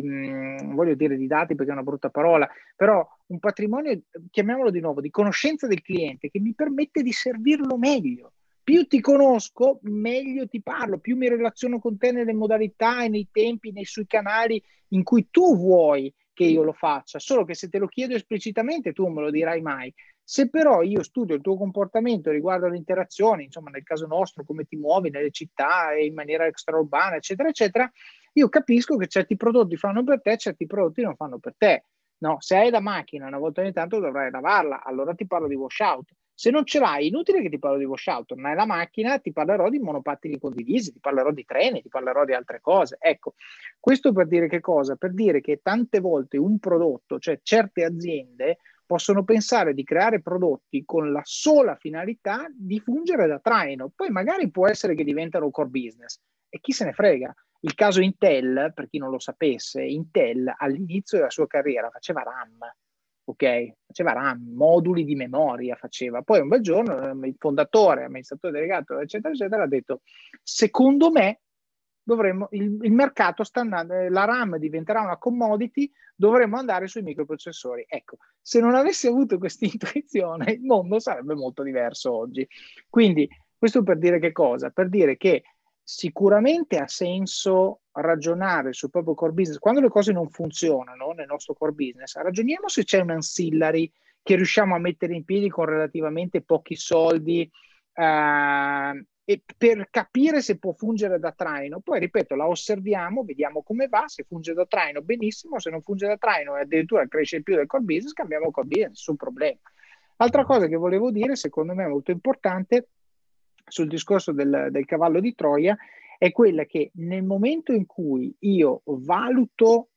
voglio dire di dati perché è una brutta parola, però un patrimonio, chiamiamolo di nuovo, di conoscenza del cliente che mi permette di servirlo meglio. Più ti conosco, meglio ti parlo, più mi relaziono con te nelle modalità e nei tempi, sui canali in cui tu vuoi che io lo faccia, solo che se te lo chiedo esplicitamente tu non me lo dirai mai. Se però io studio il tuo comportamento riguardo alle interazioni, insomma nel caso nostro come ti muovi nelle città e in maniera extraurbana, eccetera, eccetera, io capisco che certi prodotti fanno per te, certi prodotti non fanno per te. No, se hai la macchina una volta ogni tanto dovrai lavarla, allora ti parlo di washout. Se non ce l'hai, inutile che ti parlo di washout, non hai la macchina, ti parlerò di monopattini condivisi, ti parlerò di treni, ti parlerò di altre cose. Ecco, questo per dire che cosa? Per dire che tante volte un prodotto, cioè certe aziende, possono pensare di creare prodotti con la sola finalità di fungere da traino. Poi magari può essere che diventano core business e chi se ne frega. Il caso Intel, per chi non lo sapesse, Intel all'inizio della sua carriera faceva RAM, ok? Faceva RAM, moduli di memoria faceva. Poi un bel giorno il fondatore, amministratore delegato, eccetera, eccetera, ha detto, secondo me il mercato sta andando, la RAM diventerà una commodity, dovremmo andare sui microprocessori. Ecco, se non avessi avuto questa intuizione, il mondo sarebbe molto diverso oggi. Quindi, questo per dire che cosa? Per dire che sicuramente ha senso ragionare sul proprio core business. Quando le cose non funzionano nel nostro core business, ragioniamo se c'è un ancillary che riusciamo a mettere in piedi con relativamente pochi soldi, e per capire se può fungere da traino. Poi ripeto, la osserviamo, vediamo come va, se funge da traino benissimo, se non funge da traino e addirittura cresce più del core business, cambiamo core business, nessun problema. Altra cosa che volevo dire, secondo me molto importante, sul discorso del cavallo di Troia, è quella che nel momento in cui io valuto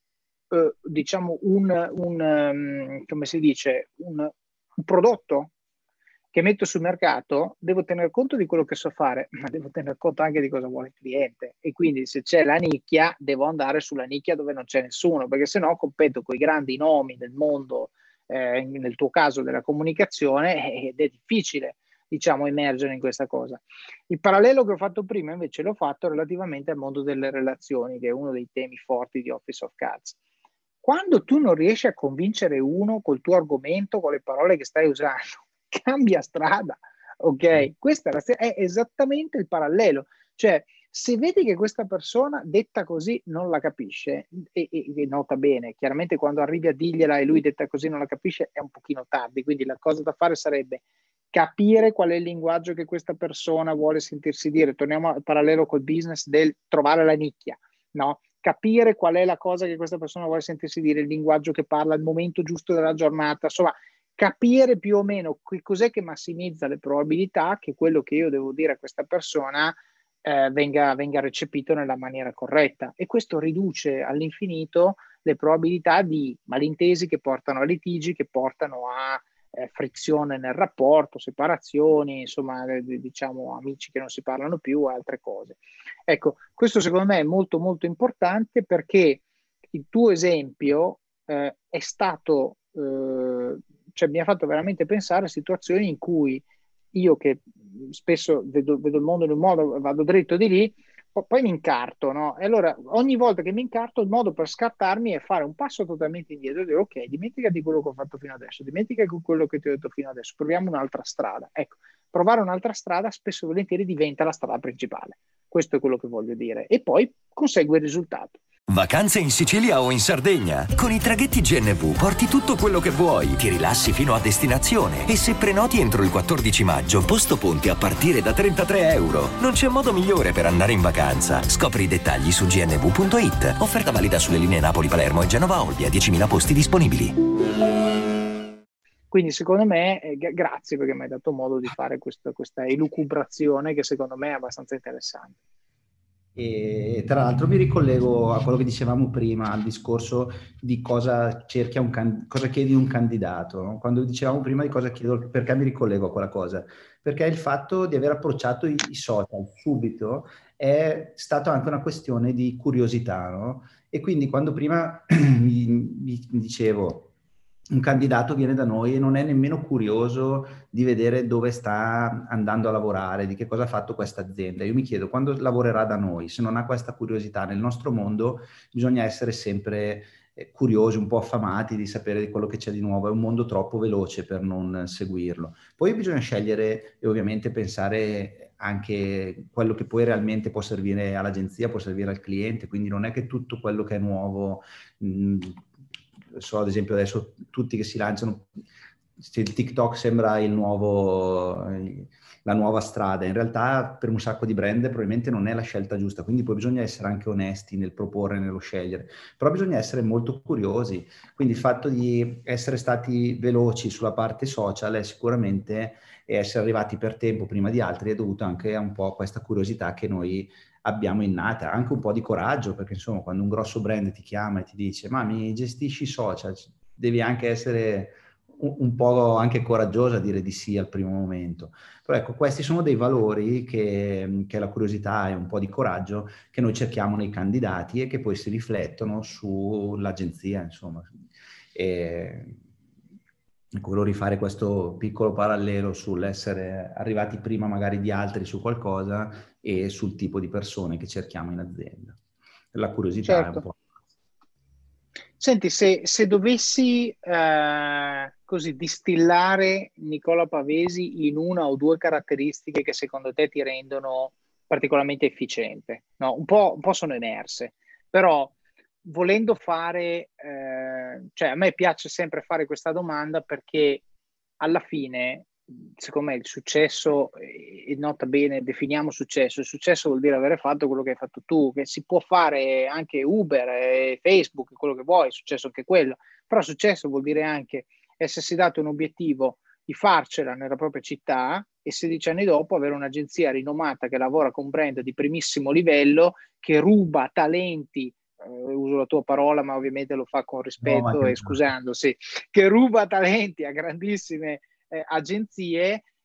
diciamo come si dice, un prodotto, che metto sul mercato, devo tener conto di quello che so fare, ma devo tener conto anche di cosa vuole il cliente. E quindi se c'è la nicchia, devo andare sulla nicchia dove non c'è nessuno, perché sennò competo con i grandi nomi del mondo, nel tuo caso della comunicazione, ed è difficile, diciamo, emergere in questa cosa. Il parallelo che ho fatto prima invece l'ho fatto relativamente al mondo delle relazioni, che è uno dei temi forti di Office of Cards. Quando tu non riesci a convincere uno col tuo argomento, con le parole che stai usando, cambia strada, ok? Questo è esattamente il parallelo. Cioè, se vedi che questa persona detta così non la capisce, e nota bene, chiaramente quando arrivi a dirgliela e lui detta così non la capisce è un pochino tardi, quindi la cosa da fare sarebbe capire qual è il linguaggio che questa persona vuole sentirsi dire. Torniamo al parallelo col business del trovare la nicchia, no? Capire qual è la cosa che questa persona vuole sentirsi dire, il linguaggio che parla, il momento giusto della giornata, insomma, capire più o meno cos'è che massimizza le probabilità che quello che io devo dire a questa persona venga recepito nella maniera corretta, e questo riduce all'infinito le probabilità di malintesi che portano a litigi, che portano a frizione nel rapporto, separazioni, insomma, diciamo amici che non si parlano più, altre cose. Ecco, questo secondo me è molto molto importante, perché il tuo esempio è stato, cioè mi ha fatto veramente pensare a situazioni in cui io, che spesso vedo il mondo in un modo, vado dritto di lì, poi mi incarto, no? E allora ogni volta che mi incarto, il modo per scattarmi è fare un passo totalmente indietro e dire ok, dimenticati quello che ho fatto fino adesso, dimentica quello che ti ho detto fino adesso, proviamo un'altra strada. Ecco, provare un'altra strada spesso e volentieri diventa la strada principale. Questo è quello che voglio dire. E poi consegue il risultato. Vacanze in Sicilia o in Sardegna? Con i traghetti GNV porti tutto quello che vuoi, ti rilassi fino a destinazione e se prenoti entro il 14 maggio, posto ponti a partire da €33. Non c'è modo migliore per andare in vacanza. Scopri i dettagli su gnv.it. Offerta valida sulle linee Napoli-Palermo e Genova-Olbia, 10.000 posti disponibili. Quindi secondo me, grazie perché mi hai dato modo di fare questa elucubrazione che secondo me è abbastanza interessante. E tra l'altro mi ricollego a quello che dicevamo prima, al discorso di cosa cerchi cosa chiedi un candidato, no? Quando dicevamo prima di cosa chiedo, perché mi ricollego a quella cosa? Perché il fatto di aver approcciato i social subito è stato anche una questione di curiosità, no? E quindi quando prima mi dicevo un candidato viene da noi e non è nemmeno curioso di vedere dove sta andando a lavorare, di che cosa ha fatto questa azienda. Io mi chiedo, quando lavorerà da noi, se non ha questa curiosità nel nostro mondo, bisogna essere sempre curiosi, un po' affamati di sapere di quello che c'è di nuovo. È un mondo troppo veloce per non seguirlo. Poi bisogna scegliere e ovviamente pensare anche quello che poi realmente può servire all'agenzia, può servire al cliente, quindi non è che tutto quello che è nuovo... so ad esempio adesso tutti che si lanciano, il TikTok sembra la nuova strada, in realtà per un sacco di brand probabilmente non è la scelta giusta, quindi poi bisogna essere anche onesti nel proporre, nello scegliere, però bisogna essere molto curiosi, quindi il fatto di essere stati veloci sulla parte social è sicuramente, e essere arrivati per tempo prima di altri è dovuto anche a un po' a questa curiosità che noi abbiamo innata, anche un po' di coraggio, perché insomma quando un grosso brand ti chiama e ti dice ma mi gestisci i social, devi anche essere un po' anche coraggioso a dire di sì al primo momento. Però ecco, questi sono dei valori che la curiosità e un po' di coraggio che noi cerchiamo nei candidati e che poi si riflettono sull'agenzia, insomma. E volevo rifare questo piccolo parallelo sull'essere arrivati prima magari di altri su qualcosa e sul tipo di persone che cerchiamo in azienda. La curiosità è un Certo. po'... Senti, se dovessi così distillare Nicola Pavesi in una o due caratteristiche che secondo te ti rendono particolarmente efficiente, no? Un po' sono emerse, però volendo fare, cioè a me piace sempre fare questa domanda perché alla fine, secondo me, il successo, e nota bene, definiamo successo. Il successo vuol dire avere fatto quello che hai fatto tu, che si può fare anche Uber e Facebook, quello che vuoi, è successo anche quello. Però successo vuol dire anche essersi dato un obiettivo di farcela nella propria città e 16 anni dopo avere un'agenzia rinomata che lavora con brand di primissimo livello, che ruba talenti, uso la tua parola ma ovviamente lo fa con rispetto e scusandosi, che ruba talenti a grandissime agenzie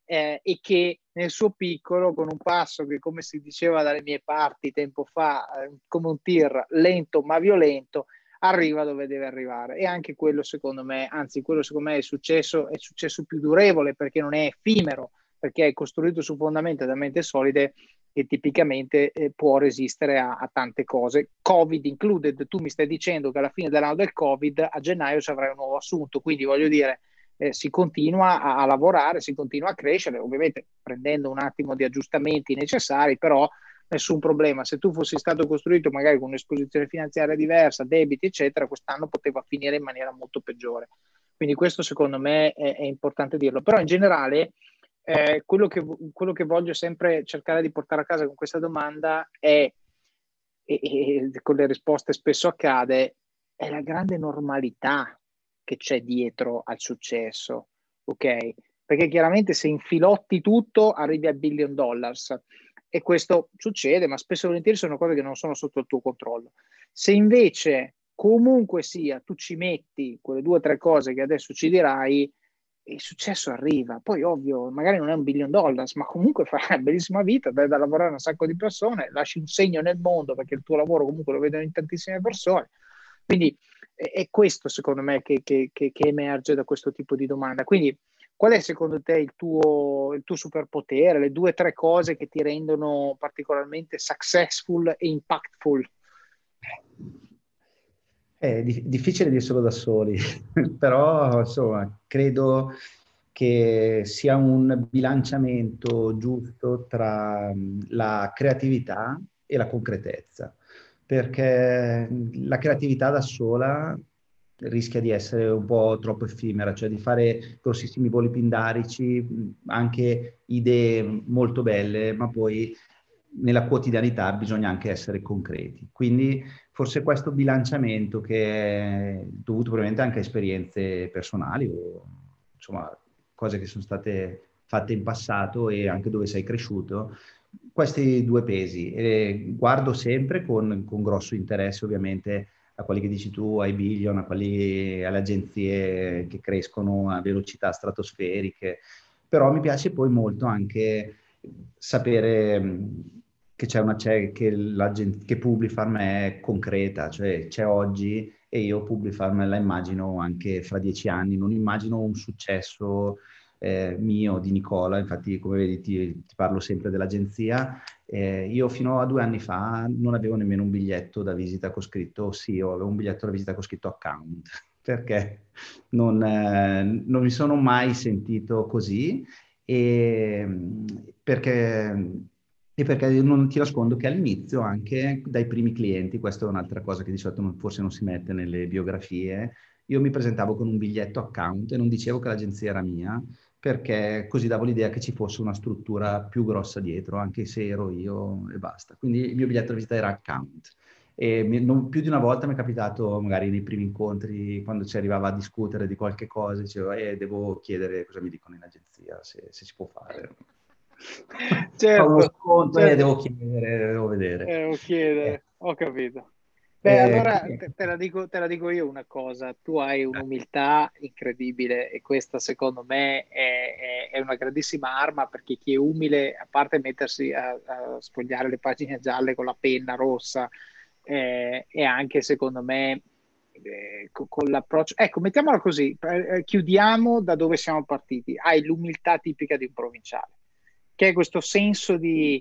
e che nel suo piccolo, con un passo che, come si diceva dalle mie parti tempo fa, come un tir lento ma violento, arriva dove deve arrivare. E anche quello secondo me, anzi quello secondo me è il successo più durevole, perché non è effimero, perché è costruito su fondamenta talmente solide che tipicamente può resistere a tante cose, Covid included. Tu mi stai dicendo che alla fine dell'anno del Covid a gennaio ci avrai un nuovo assunto, quindi voglio dire, si continua a lavorare, si continua a crescere, ovviamente prendendo un attimo di aggiustamenti necessari, però nessun problema. Se tu fossi stato costruito magari con un'esposizione finanziaria diversa, debiti eccetera, quest'anno poteva finire in maniera molto peggiore. Quindi questo secondo me è importante dirlo. Però in generale quello che voglio sempre cercare di portare a casa con questa domanda è, e con le risposte spesso accade, è la grande normalità che c'è dietro al successo, ok? Perché chiaramente se infilotti tutto arrivi al $1 billion, e questo succede, ma spesso e volentieri sono cose che non sono sotto il tuo controllo. Se invece comunque sia tu ci metti quelle 2 o 3 cose che adesso ci dirai, il successo arriva. Poi ovvio, magari non è $1 billion, ma comunque farai una bellissima vita, dai da lavorare a un sacco di persone, lasci un segno nel mondo, perché il tuo lavoro comunque lo vedono in tantissime persone. Quindi è questo secondo me che emerge da questo tipo di domanda. Quindi qual è secondo te il tuo superpotere, le 2 o 3 cose che ti rendono particolarmente successful e impactful? È difficile dirselo da soli, però insomma credo che sia un bilanciamento giusto tra la creatività e la concretezza, perché la creatività da sola rischia di essere un po' troppo effimera, cioè di fare grossissimi voli pindarici, anche idee molto belle, ma poi nella quotidianità bisogna anche essere concreti. Quindi forse questo bilanciamento, che è dovuto probabilmente anche a esperienze personali o insomma cose che sono state fatte in passato e anche dove sei cresciuto, questi 2 pesi. E guardo sempre con grosso interesse ovviamente a quelli che dici tu, ai billion, alle agenzie che crescono a velocità stratosferiche, però mi piace poi molto anche sapere che che Publifarm è concreta, cioè c'è oggi e io Publifarm la immagino anche fra 10 anni, non immagino un successo mio, di Nicola. Infatti come vedi ti parlo sempre dell'agenzia. Io fino a 2 anni fa non avevo nemmeno un biglietto da visita con scritto CEO, avevo un biglietto da visita con scritto account, perché non mi sono mai sentito così, e perché non ti nascondo che all'inizio, anche dai primi clienti, questa è un'altra cosa che di solito forse non si mette nelle biografie, io mi presentavo con un biglietto account e non dicevo che l'agenzia era mia, perché così davo l'idea che ci fosse una struttura più grossa dietro, anche se ero io e basta. Quindi il mio biglietto da visita era account. E più di una volta mi è capitato, magari nei primi incontri, quando ci arrivava a discutere di qualche cosa, dicevo, devo chiedere cosa mi dicono in agenzia, se si può fare. Certo, ho uno sconto certo. e devo chiedere, devo vedere. Devo chiedere, ho capito. Beh, allora te la dico io una cosa, tu hai un'umiltà incredibile e questa secondo me è una grandissima arma, perché chi è umile, a parte mettersi a sfogliare le pagine gialle con la penna rossa, e anche secondo me con l'approccio, ecco, mettiamola così, chiudiamo da dove siamo partiti. Hai l'umiltà tipica di un provinciale, che è questo senso di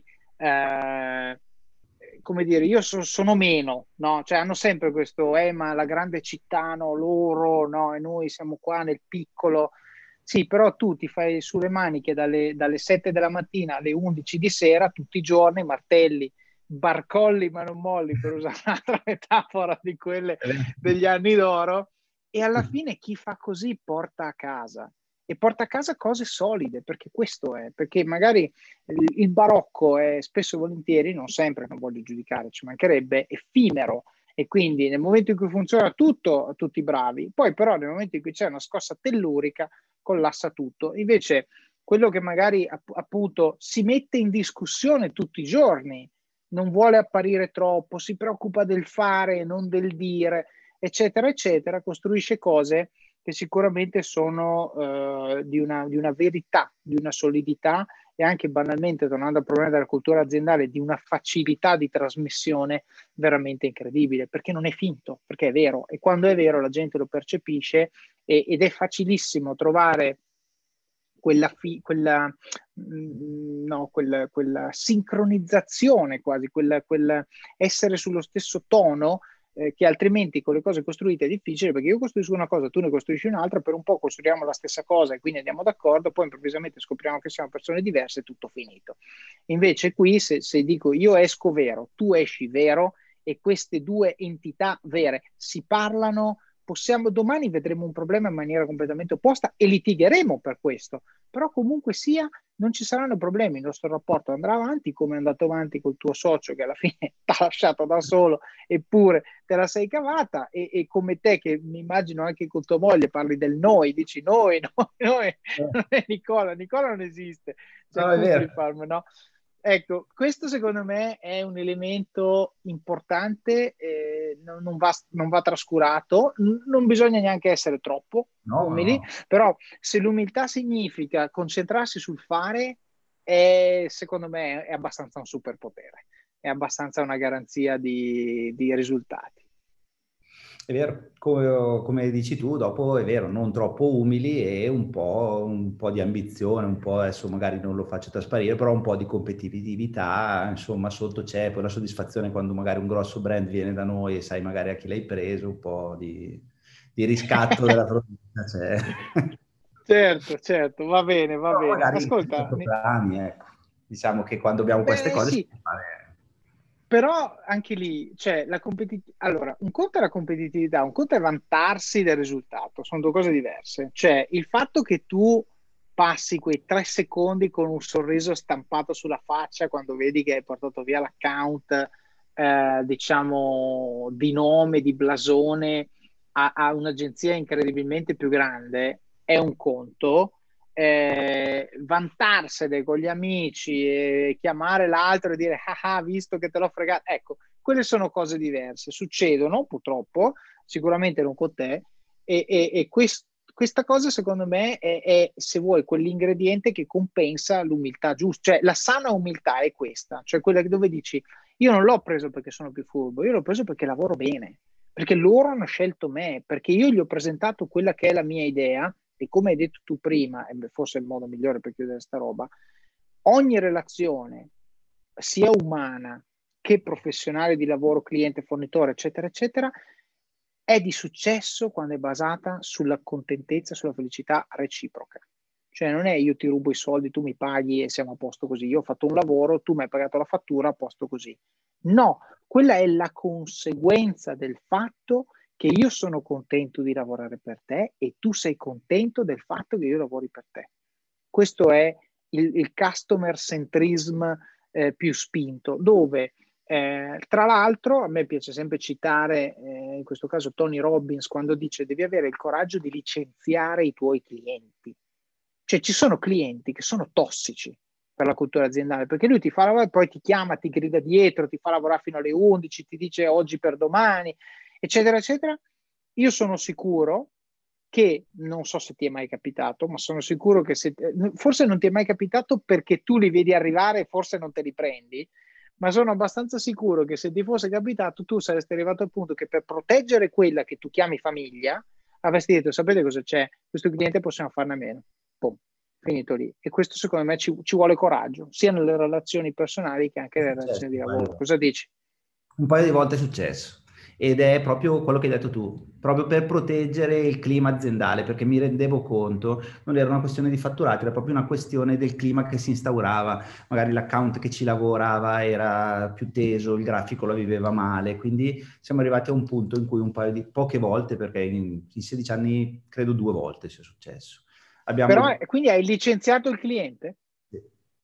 come dire, io sono meno, no? Cioè hanno sempre questo, ma la grande città, no, loro, no, e noi siamo qua nel piccolo. Sì, però tu ti fai sulle maniche dalle 7 della mattina alle 11 di sera, tutti i giorni, martelli, barcolli ma non molli, per usare un'altra metafora di quelle degli anni d'oro, e alla fine chi fa così porta a casa. E porta a casa cose solide, perché questo è, perché magari il barocco è spesso e volentieri, non sempre, non voglio giudicare, ci mancherebbe, effimero, e quindi nel momento in cui funziona tutto, tutti bravi, poi però nel momento in cui c'è una scossa tellurica collassa tutto. Invece quello che magari appunto si mette in discussione tutti i giorni, non vuole apparire troppo, si preoccupa del fare, non del dire, eccetera, eccetera, costruisce cose che sicuramente sono di una verità, di una solidità e anche banalmente, tornando al problema della cultura aziendale, di una facilità di trasmissione veramente incredibile, perché non è finto, perché è vero, e quando è vero la gente lo percepisce ed è facilissimo trovare quella sincronizzazione quasi, quel essere sullo stesso tono, che altrimenti con le cose costruite è difficile, perché io costruisco una cosa, tu ne costruisci un'altra, per un po' costruiamo la stessa cosa e quindi andiamo d'accordo, poi improvvisamente scopriamo che siamo persone diverse e tutto finito. Invece qui se dico io esco vero, tu esci vero, e queste due entità vere si parlano, domani vedremo un problema in maniera completamente opposta e litigheremo per questo, però comunque sia non ci saranno problemi, il nostro rapporto andrà avanti come è andato avanti col tuo socio che alla fine ti ha lasciato da solo eppure te la sei cavata, e come te che mi immagino anche con tua moglie parli del noi, dici noi, non è Nicola non esiste, No, è vero. no? Ecco, questo secondo me è un elemento importante, non va trascurato, non bisogna neanche essere troppo umili, però se l'umiltà significa concentrarsi sul fare, secondo me è abbastanza un superpotere, è abbastanza una garanzia di risultati. È vero, come dici tu, dopo è vero, non troppo umili e un po' di ambizione, un po', adesso magari non lo faccio trasparire, però un po' di competitività, insomma sotto c'è poi la soddisfazione quando magari un grosso brand viene da noi e sai magari a chi l'hai preso, un po' di riscatto della prodotta c'è. Certo, va bene. Ascolta, ecco. Diciamo che quando abbiamo queste cose sì. si può fare. Però anche lì, cioè, allora, un conto è la competitività, un conto è vantarsi del risultato, sono due cose diverse. Cioè, il fatto che tu passi quei 3 secondi con un sorriso stampato sulla faccia quando vedi che hai portato via l'account, diciamo, di nome, di blasone, a un'agenzia incredibilmente più grande, è un conto. Vantarsene con gli amici e chiamare l'altro e dire visto che te l'ho fregato, ecco, quelle sono cose diverse, succedono purtroppo, sicuramente non con te, e questa cosa secondo me è, se vuoi, quell'ingrediente che compensa l'umiltà giusta, cioè la sana umiltà è questa, cioè quella dove dici io non l'ho preso perché sono più furbo, io l'ho preso perché lavoro bene, perché loro hanno scelto me, perché io gli ho presentato quella che è la mia idea. E come hai detto tu prima, e forse è il modo migliore per chiudere sta roba, ogni relazione, sia umana che professionale, di lavoro, cliente, fornitore, eccetera, eccetera, è di successo quando è basata sulla contentezza, sulla felicità reciproca. Cioè non è io ti rubo i soldi, tu mi paghi e siamo a posto così, io ho fatto un lavoro, tu mi hai pagato la fattura, a posto così. No, quella è la conseguenza del fatto che io sono contento di lavorare per te e tu sei contento del fatto che io lavori per te. Questo è il customer centrism più spinto, dove tra l'altro a me piace sempre citare, in questo caso Tony Robbins, quando dice devi avere il coraggio di licenziare i tuoi clienti. Cioè ci sono clienti che sono tossici per la cultura aziendale, perché lui ti fa lavorare, poi ti chiama, ti grida dietro, ti fa lavorare fino alle 11, ti dice oggi per domani, eccetera, eccetera. Io sono sicuro che, non so se ti è mai capitato, ma sono sicuro che forse non ti è mai capitato perché tu li vedi arrivare e forse non te li prendi, ma sono abbastanza sicuro che se ti fosse capitato tu saresti arrivato al punto che per proteggere quella che tu chiami famiglia avresti detto sapete cosa c'è? Questo cliente possiamo farne a meno. Boom, finito lì. E questo secondo me ci vuole coraggio, sia nelle relazioni personali che anche nelle relazioni di lavoro. Cosa dici? Un paio di volte è successo. Ed è proprio quello che hai detto tu, proprio per proteggere il clima aziendale, perché mi rendevo conto, non era una questione di fatturati, era proprio una questione del clima che si instaurava, magari l'account che ci lavorava era più teso, il grafico lo viveva male, quindi siamo arrivati a un punto in cui poche volte, perché in 16 anni credo 2 volte sia successo. Però quindi hai licenziato il cliente? Sì.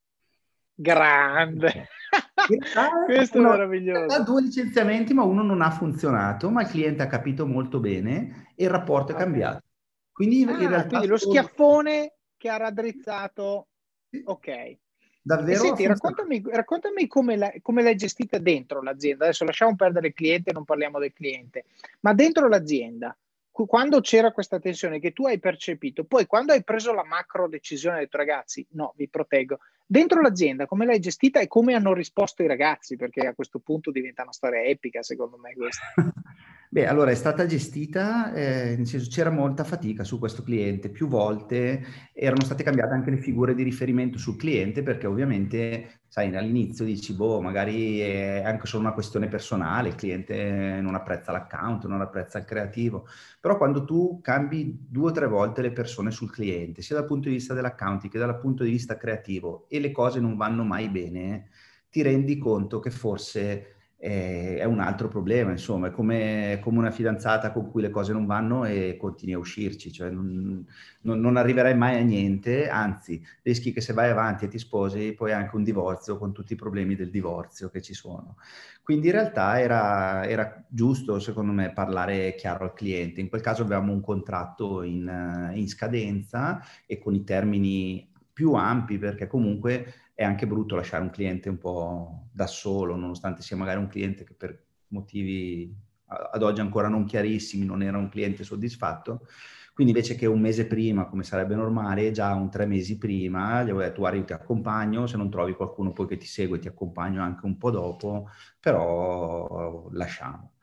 Grande! Questo è meraviglioso. Ha 2 licenziamenti, ma uno non ha funzionato, ma il cliente ha capito molto bene e il rapporto è cambiato. Quindi in realtà quindi lo schiaffone che ha raddrizzato, ok. Davvero. E senti, raccontami come l'hai gestita dentro l'azienda. Adesso lasciamo perdere il cliente, non parliamo del cliente, ma dentro l'azienda, quando c'era questa tensione che tu hai percepito, poi quando hai preso la macro decisione, hai detto ragazzi, no, vi proteggo, dentro l'azienda come l'hai gestita e come hanno risposto i ragazzi? Perché a questo punto diventa una storia epica, secondo me, questa. Beh, allora è stata gestita, nel senso c'era molta fatica su questo cliente, più volte erano state cambiate anche le figure di riferimento sul cliente perché ovviamente, sai, all'inizio dici, boh, magari è anche solo una questione personale, il cliente non apprezza l'account, non apprezza il creativo, però quando tu cambi 2 o 3 volte le persone sul cliente, sia dal punto di vista dell'account che dal punto di vista creativo e le cose non vanno mai bene, ti rendi conto che forse è un altro problema, insomma, è come una fidanzata con cui le cose non vanno e continui a uscirci, cioè non arriverai mai a niente, anzi, rischi che se vai avanti e ti sposi poi anche un divorzio con tutti i problemi del divorzio che ci sono. Quindi in realtà era giusto, secondo me, parlare chiaro al cliente. In quel caso avevamo un contratto in scadenza e con i termini più ampi, perché comunque è anche brutto lasciare un cliente un po' da solo, nonostante sia magari un cliente che per motivi ad oggi ancora non chiarissimi non era un cliente soddisfatto. Quindi invece che un mese prima, come sarebbe normale, già 3 mesi prima, gli avevo detto guarda io ti accompagno, se non trovi qualcuno poi che ti segue ti accompagno anche un po' dopo, però lasciamo.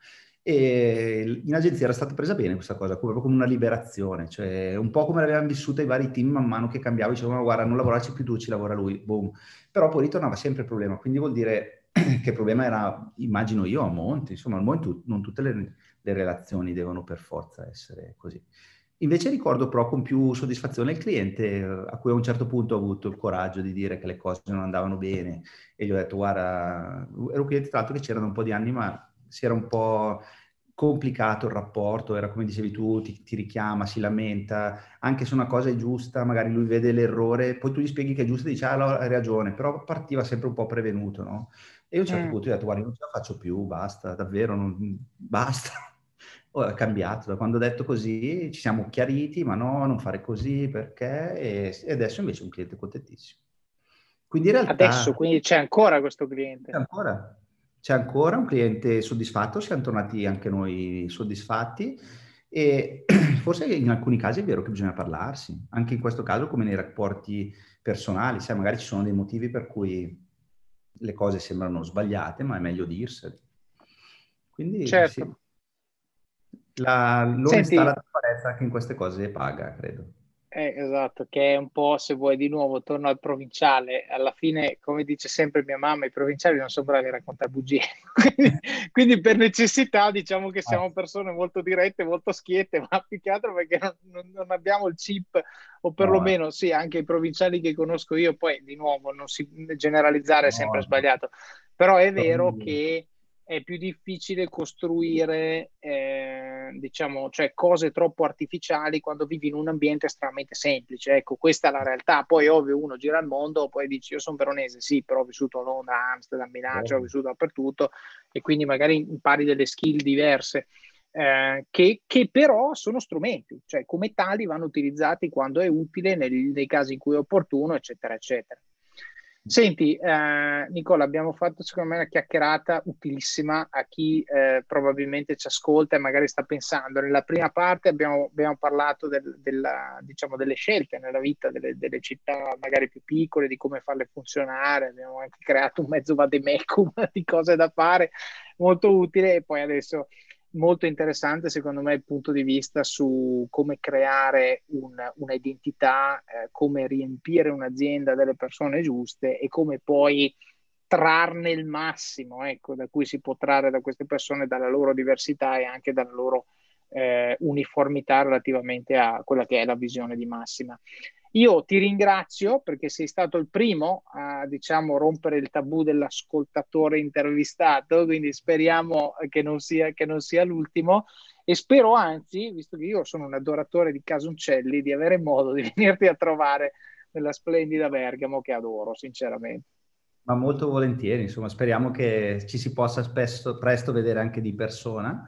E in agenzia era stata presa bene questa cosa, proprio come una liberazione, cioè un po' come l'avevamo vissuta i vari team man mano che cambiavo, dicevano guarda non lavorarci più tu, ci lavora lui, boom. Però poi ritornava sempre il problema, quindi vuol dire che il problema era, immagino io, a monte, insomma al monte non tutte le relazioni devono per forza essere così. Invece ricordo però con più soddisfazione il cliente a cui a un certo punto ho avuto il coraggio di dire che le cose non andavano bene e gli ho detto guarda, ero un cliente tra l'altro che c'era da un po' di anni ma si era un po' complicato il rapporto, era come dicevi tu, ti richiama, si lamenta, anche se una cosa è giusta, magari lui vede l'errore, poi tu gli spieghi che è giusta e dici hai ragione, però partiva sempre un po' prevenuto, no? E io a un certo punto gli ho detto guarda, io non ce la faccio più, basta, davvero, basta. È cambiato, da quando ho detto così ci siamo chiariti, ma no, non fare così perché, e adesso invece è un cliente contentissimo. Quindi in realtà... Adesso, quindi c'è ancora questo cliente? C'è ancora un cliente soddisfatto, siamo tornati anche noi soddisfatti e forse in alcuni casi è vero che bisogna parlarsi, anche in questo caso come nei rapporti personali, sai, magari ci sono dei motivi per cui le cose sembrano sbagliate, ma è meglio dirseli. Quindi certo. sì. L'onestà Senti, e la trasparenza anche in queste cose paga, credo. Esatto, che è un po', se vuoi, di nuovo, torno al provinciale. Alla fine, come dice sempre mia mamma, i provinciali non sono bravi a raccontare bugie. quindi per necessità diciamo che siamo persone molto dirette, molto schiette, ma più che altro perché non abbiamo il chip, o perlomeno sì, anche i provinciali che conosco io, poi di nuovo non si generalizzare è sempre sbagliato, però è vero che è più difficile costruire, diciamo, cioè cose troppo artificiali quando vivi in un ambiente estremamente semplice. Ecco, questa è la realtà. Poi, ovvio, uno gira al mondo, poi dici, io sono veronese, sì, però ho vissuto a Londra, a Amsterdam, Milano, cioè ho vissuto dappertutto, e quindi magari impari delle skill diverse, che però sono strumenti, cioè come tali vanno utilizzati quando è utile, nei casi in cui è opportuno, eccetera, eccetera. Senti, Nicola, abbiamo fatto secondo me una chiacchierata utilissima a chi probabilmente ci ascolta e magari sta pensando. Nella prima parte abbiamo parlato diciamo, delle scelte nella vita delle città magari più piccole, di come farle funzionare. Abbiamo anche creato un mezzo vademecum di cose da fare molto utile, e poi adesso molto interessante secondo me il punto di vista su come creare un'identità, come riempire un'azienda delle persone giuste e come poi trarne il massimo, ecco, da cui si può trarre da queste persone, dalla loro diversità e anche dalla loro uniformità relativamente a quella che è la visione di massima. Io ti ringrazio perché sei stato il primo a, diciamo, rompere il tabù dell'ascoltatore intervistato, quindi speriamo che non sia l'ultimo, e spero anzi, visto che io sono un adoratore di Casuncelli, di avere modo di venirti a trovare nella splendida Bergamo, che adoro sinceramente. Ma molto volentieri, insomma, speriamo che ci si possa presto vedere anche di persona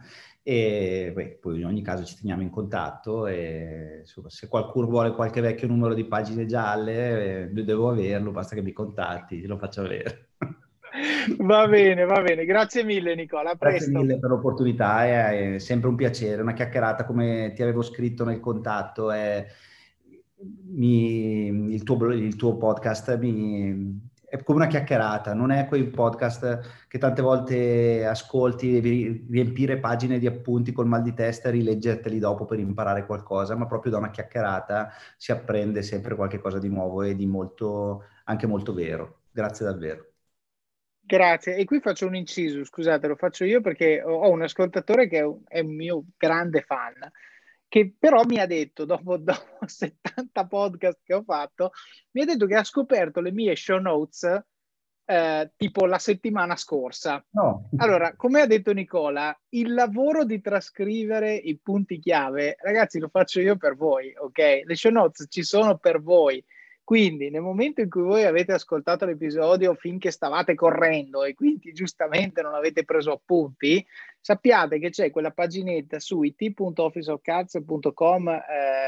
e poi in ogni caso ci teniamo in contatto e insomma, se qualcuno vuole qualche vecchio numero di pagine gialle, devo averlo, basta che mi contatti, lo faccio avere. Va bene. Grazie mille, Nicola. A Grazie presto. mille per l'opportunità, è sempre un piacere, una chiacchierata come ti avevo scritto nel contatto. Il tuo podcast è come una chiacchierata, non è quei podcast che tante volte ascolti, devi riempire pagine di appunti col mal di testa e rileggerteli dopo per imparare qualcosa, ma proprio da una chiacchierata si apprende sempre qualche cosa di nuovo e di molto, anche molto vero. Grazie davvero. Grazie. E qui faccio un inciso, scusate, lo faccio io perché ho un ascoltatore che è un mio grande fan, che però mi ha detto, dopo 70 podcast che ho fatto, mi ha detto che ha scoperto le mie show notes tipo la settimana scorsa. No. Allora, come ha detto Nicola, il lavoro di trascrivere i punti chiave, ragazzi, lo faccio io per voi, ok? Le show notes ci sono per voi. Quindi nel momento in cui voi avete ascoltato l'episodio finché stavate correndo e quindi giustamente non avete preso appunti, sappiate che c'è quella paginetta su it.officeofcards.com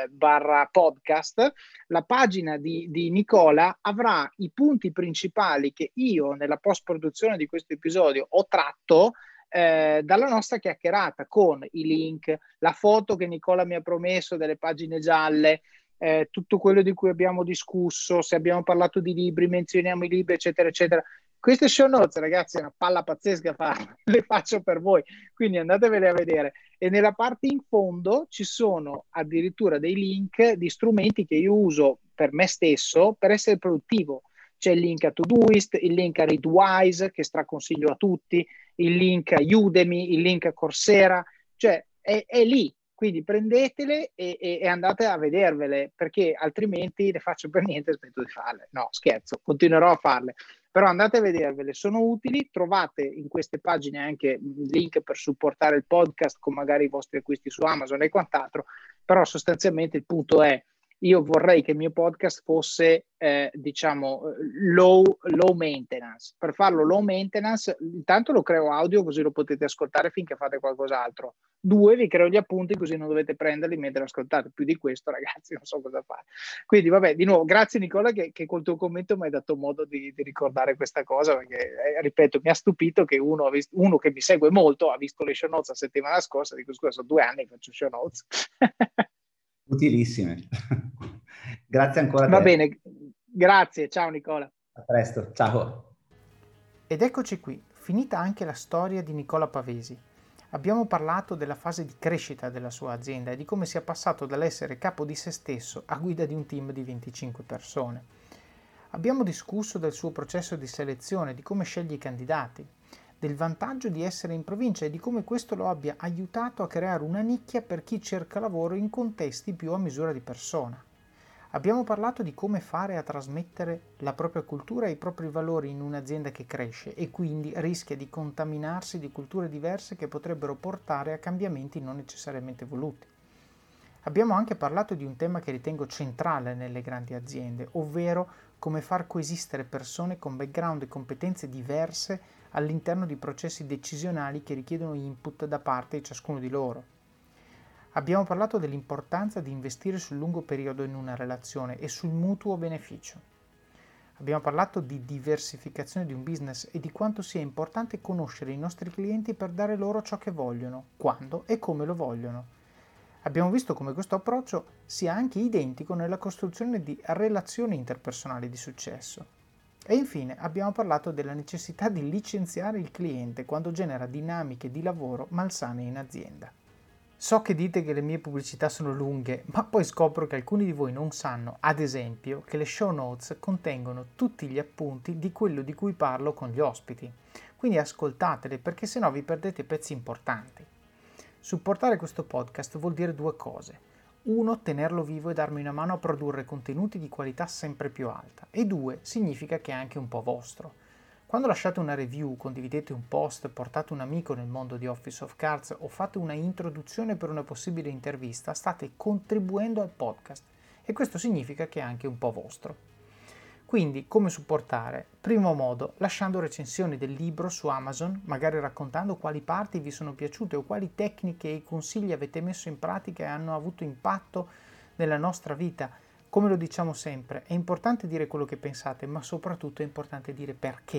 /podcast. La pagina di Nicola avrà i punti principali che io nella post-produzione di questo episodio ho tratto dalla nostra chiacchierata, con i link, la foto che Nicola mi ha promesso delle pagine gialle, tutto quello di cui abbiamo discusso, se abbiamo parlato di libri, menzioniamo i libri, eccetera, eccetera. Queste show notes, ragazzi, è una palla pazzesca farle, le faccio per voi, quindi andatevele a vedere. E nella parte in fondo ci sono addirittura dei link di strumenti che io uso per me stesso per essere produttivo. C'è il link a Todoist, il link a Readwise, che straconsiglio a tutti, il link a Udemy, il link a Coursera, cioè è lì. Quindi prendetele e andate a vedervele, perché altrimenti le faccio per niente e smetto di farle. No, scherzo, continuerò a farle. Però andate a vedervele, sono utili, trovate in queste pagine anche link per supportare il podcast con magari i vostri acquisti su Amazon e quant'altro, però sostanzialmente il punto è: io vorrei che il mio podcast fosse, low maintenance. Per farlo low maintenance, intanto lo creo audio così lo potete ascoltare finché fate qualcos'altro. 2, vi creo gli appunti così non dovete prenderli mentre ascoltate. Più di questo, ragazzi, non so cosa fare. Quindi, vabbè, di nuovo, grazie Nicola che col tuo commento mi hai dato modo di ricordare questa cosa, perché, ripeto, mi ha stupito che uno che mi segue molto ha visto le show notes la settimana scorsa, dico scusa, sono 2 anni che faccio show notes. Utilissime. Grazie ancora a te. Va bene, grazie, ciao Nicola. A presto, ciao. Ed eccoci qui, finita anche la storia di Nicola Pavesi. Abbiamo parlato della fase di crescita della sua azienda e di come sia passato dall'essere capo di se stesso a guida di un team di 25 persone. Abbiamo discusso del suo processo di selezione, di come sceglie i candidati, del vantaggio di essere in provincia e di come questo lo abbia aiutato a creare una nicchia per chi cerca lavoro in contesti più a misura di persona. Abbiamo parlato di come fare a trasmettere la propria cultura e i propri valori in un'azienda che cresce e quindi rischia di contaminarsi di culture diverse che potrebbero portare a cambiamenti non necessariamente voluti. Abbiamo anche parlato di un tema che ritengo centrale nelle grandi aziende, ovvero come far coesistere persone con background e competenze diverse all'interno di processi decisionali che richiedono input da parte di ciascuno di loro. Abbiamo parlato dell'importanza di investire sul lungo periodo in una relazione e sul mutuo beneficio. Abbiamo parlato di diversificazione di un business e di quanto sia importante conoscere i nostri clienti per dare loro ciò che vogliono, quando e come lo vogliono. Abbiamo visto come questo approccio sia anche identico nella costruzione di relazioni interpersonali di successo. E infine abbiamo parlato della necessità di licenziare il cliente quando genera dinamiche di lavoro malsane in azienda. So che dite che le mie pubblicità sono lunghe, ma poi scopro che alcuni di voi non sanno, ad esempio, che le show notes contengono tutti gli appunti di quello di cui parlo con gli ospiti. Quindi ascoltatele, perché sennò vi perdete pezzi importanti. Supportare questo podcast vuol dire 2 cose. 1, tenerlo vivo e darmi una mano a produrre contenuti di qualità sempre più alta. E 2, significa che è anche un po' vostro. Quando lasciate una review, condividete un post, portate un amico nel mondo di Office of Cards o fate una introduzione per una possibile intervista, state contribuendo al podcast e questo significa che è anche un po' vostro. Quindi, come supportare? Primo modo, lasciando recensioni del libro su Amazon, magari raccontando quali parti vi sono piaciute o quali tecniche e consigli avete messo in pratica e hanno avuto impatto nella nostra vita. Come lo diciamo sempre, è importante dire quello che pensate, ma soprattutto è importante dire perché.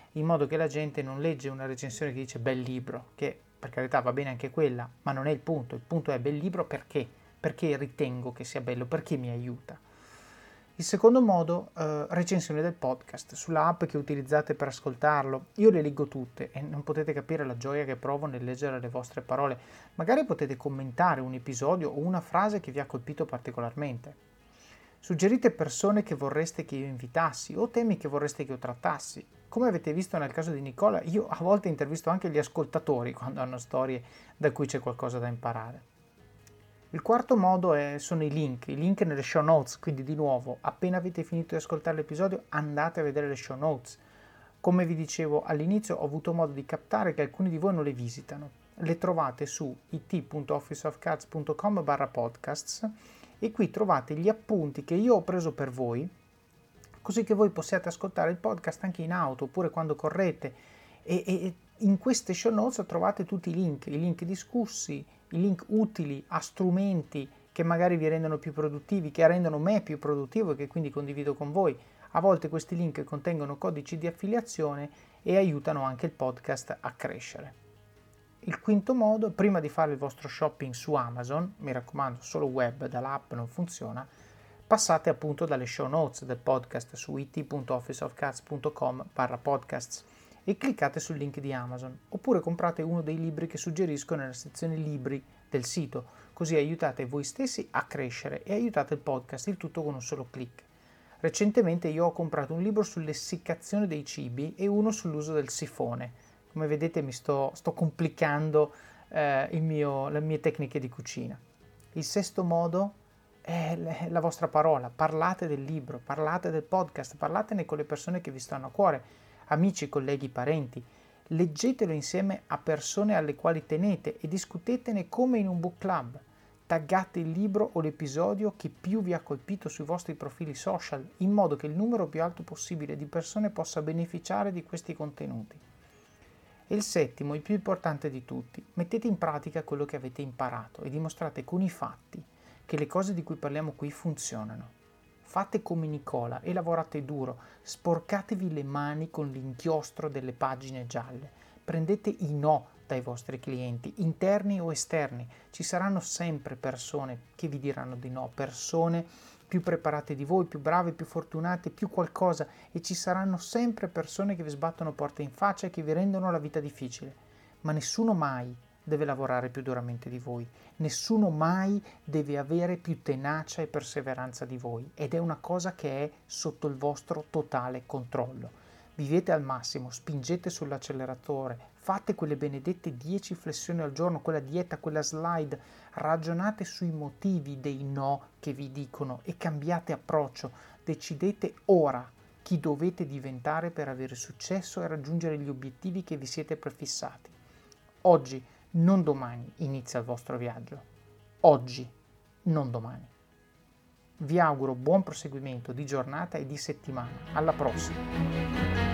in modo che la gente non legge una recensione che dice bel libro, che per carità va bene anche quella, ma non è il punto è bel libro perché? Perché ritengo che sia bello, perché mi aiuta. Il secondo modo, recensione del podcast, sulla app che utilizzate per ascoltarlo. Io le leggo tutte e non potete capire la gioia che provo nel leggere le vostre parole. Magari potete commentare un episodio o una frase che vi ha colpito particolarmente. Suggerite persone che vorreste che io invitassi o temi che vorreste che io trattassi. Come avete visto nel caso di Nicola, io a volte intervisto anche gli ascoltatori quando hanno storie da cui c'è qualcosa da imparare. Il quarto modo sono i link nelle show notes, quindi di nuovo, appena avete finito di ascoltare l'episodio andate a vedere le show notes. Come vi dicevo all'inizio, ho avuto modo di captare che alcuni di voi non le visitano. Le trovate su it.officeofcards.com/podcasts e qui trovate gli appunti che io ho preso per voi, così che voi possiate ascoltare il podcast anche in auto oppure quando correte, e in queste show notes trovate tutti i link discussi, i link utili a strumenti che magari vi rendono più produttivi, che rendono me più produttivo e che quindi condivido con voi. A volte questi link contengono codici di affiliazione e aiutano anche il podcast a crescere. Il quinto modo, prima di fare il vostro shopping su Amazon, mi raccomando, solo web, dall'app non funziona, passate appunto dalle show notes del podcast su it.officeofcards.com/podcasts e cliccate sul link di Amazon, oppure comprate uno dei libri che suggerisco nella sezione libri del sito, così aiutate voi stessi a crescere e aiutate il podcast, il tutto con un solo click. Recentemente io ho comprato un libro sull'essiccazione dei cibi e uno sull'uso del sifone. Come vedete mi sto complicando le mie tecniche di cucina. Il sesto modo è la vostra parola, parlate del libro, parlate del podcast, parlatene con le persone che vi stanno a cuore, amici, colleghi, parenti. Leggetelo insieme a persone alle quali tenete e discutetene come in un book club. Taggate il libro o l'episodio che più vi ha colpito sui vostri profili social, in modo che il numero più alto possibile di persone possa beneficiare di questi contenuti. E il settimo, il più importante di tutti, mettete in pratica quello che avete imparato e dimostrate con i fatti che le cose di cui parliamo qui funzionano. Fate come Nicola e lavorate duro, sporcatevi le mani con l'inchiostro delle pagine gialle, prendete i no dai vostri clienti, interni o esterni. Ci saranno sempre persone che vi diranno di no, persone più preparate di voi, più brave, più fortunate, più qualcosa, e ci saranno sempre persone che vi sbattono porte in faccia e che vi rendono la vita difficile. Ma nessuno mai deve lavorare più duramente di voi, nessuno mai deve avere più tenacia e perseveranza di voi, ed è una cosa che è sotto il vostro totale controllo. Vivete al massimo, spingete sull'acceleratore, fate quelle benedette 10 flessioni al giorno, quella dieta, quella slide, ragionate sui motivi dei no che vi dicono e cambiate approccio, decidete ora chi dovete diventare per avere successo e raggiungere gli obiettivi che vi siete prefissati. Oggi, non domani, inizia il vostro viaggio. Oggi, non domani. Vi auguro buon proseguimento di giornata e di settimana. Alla prossima!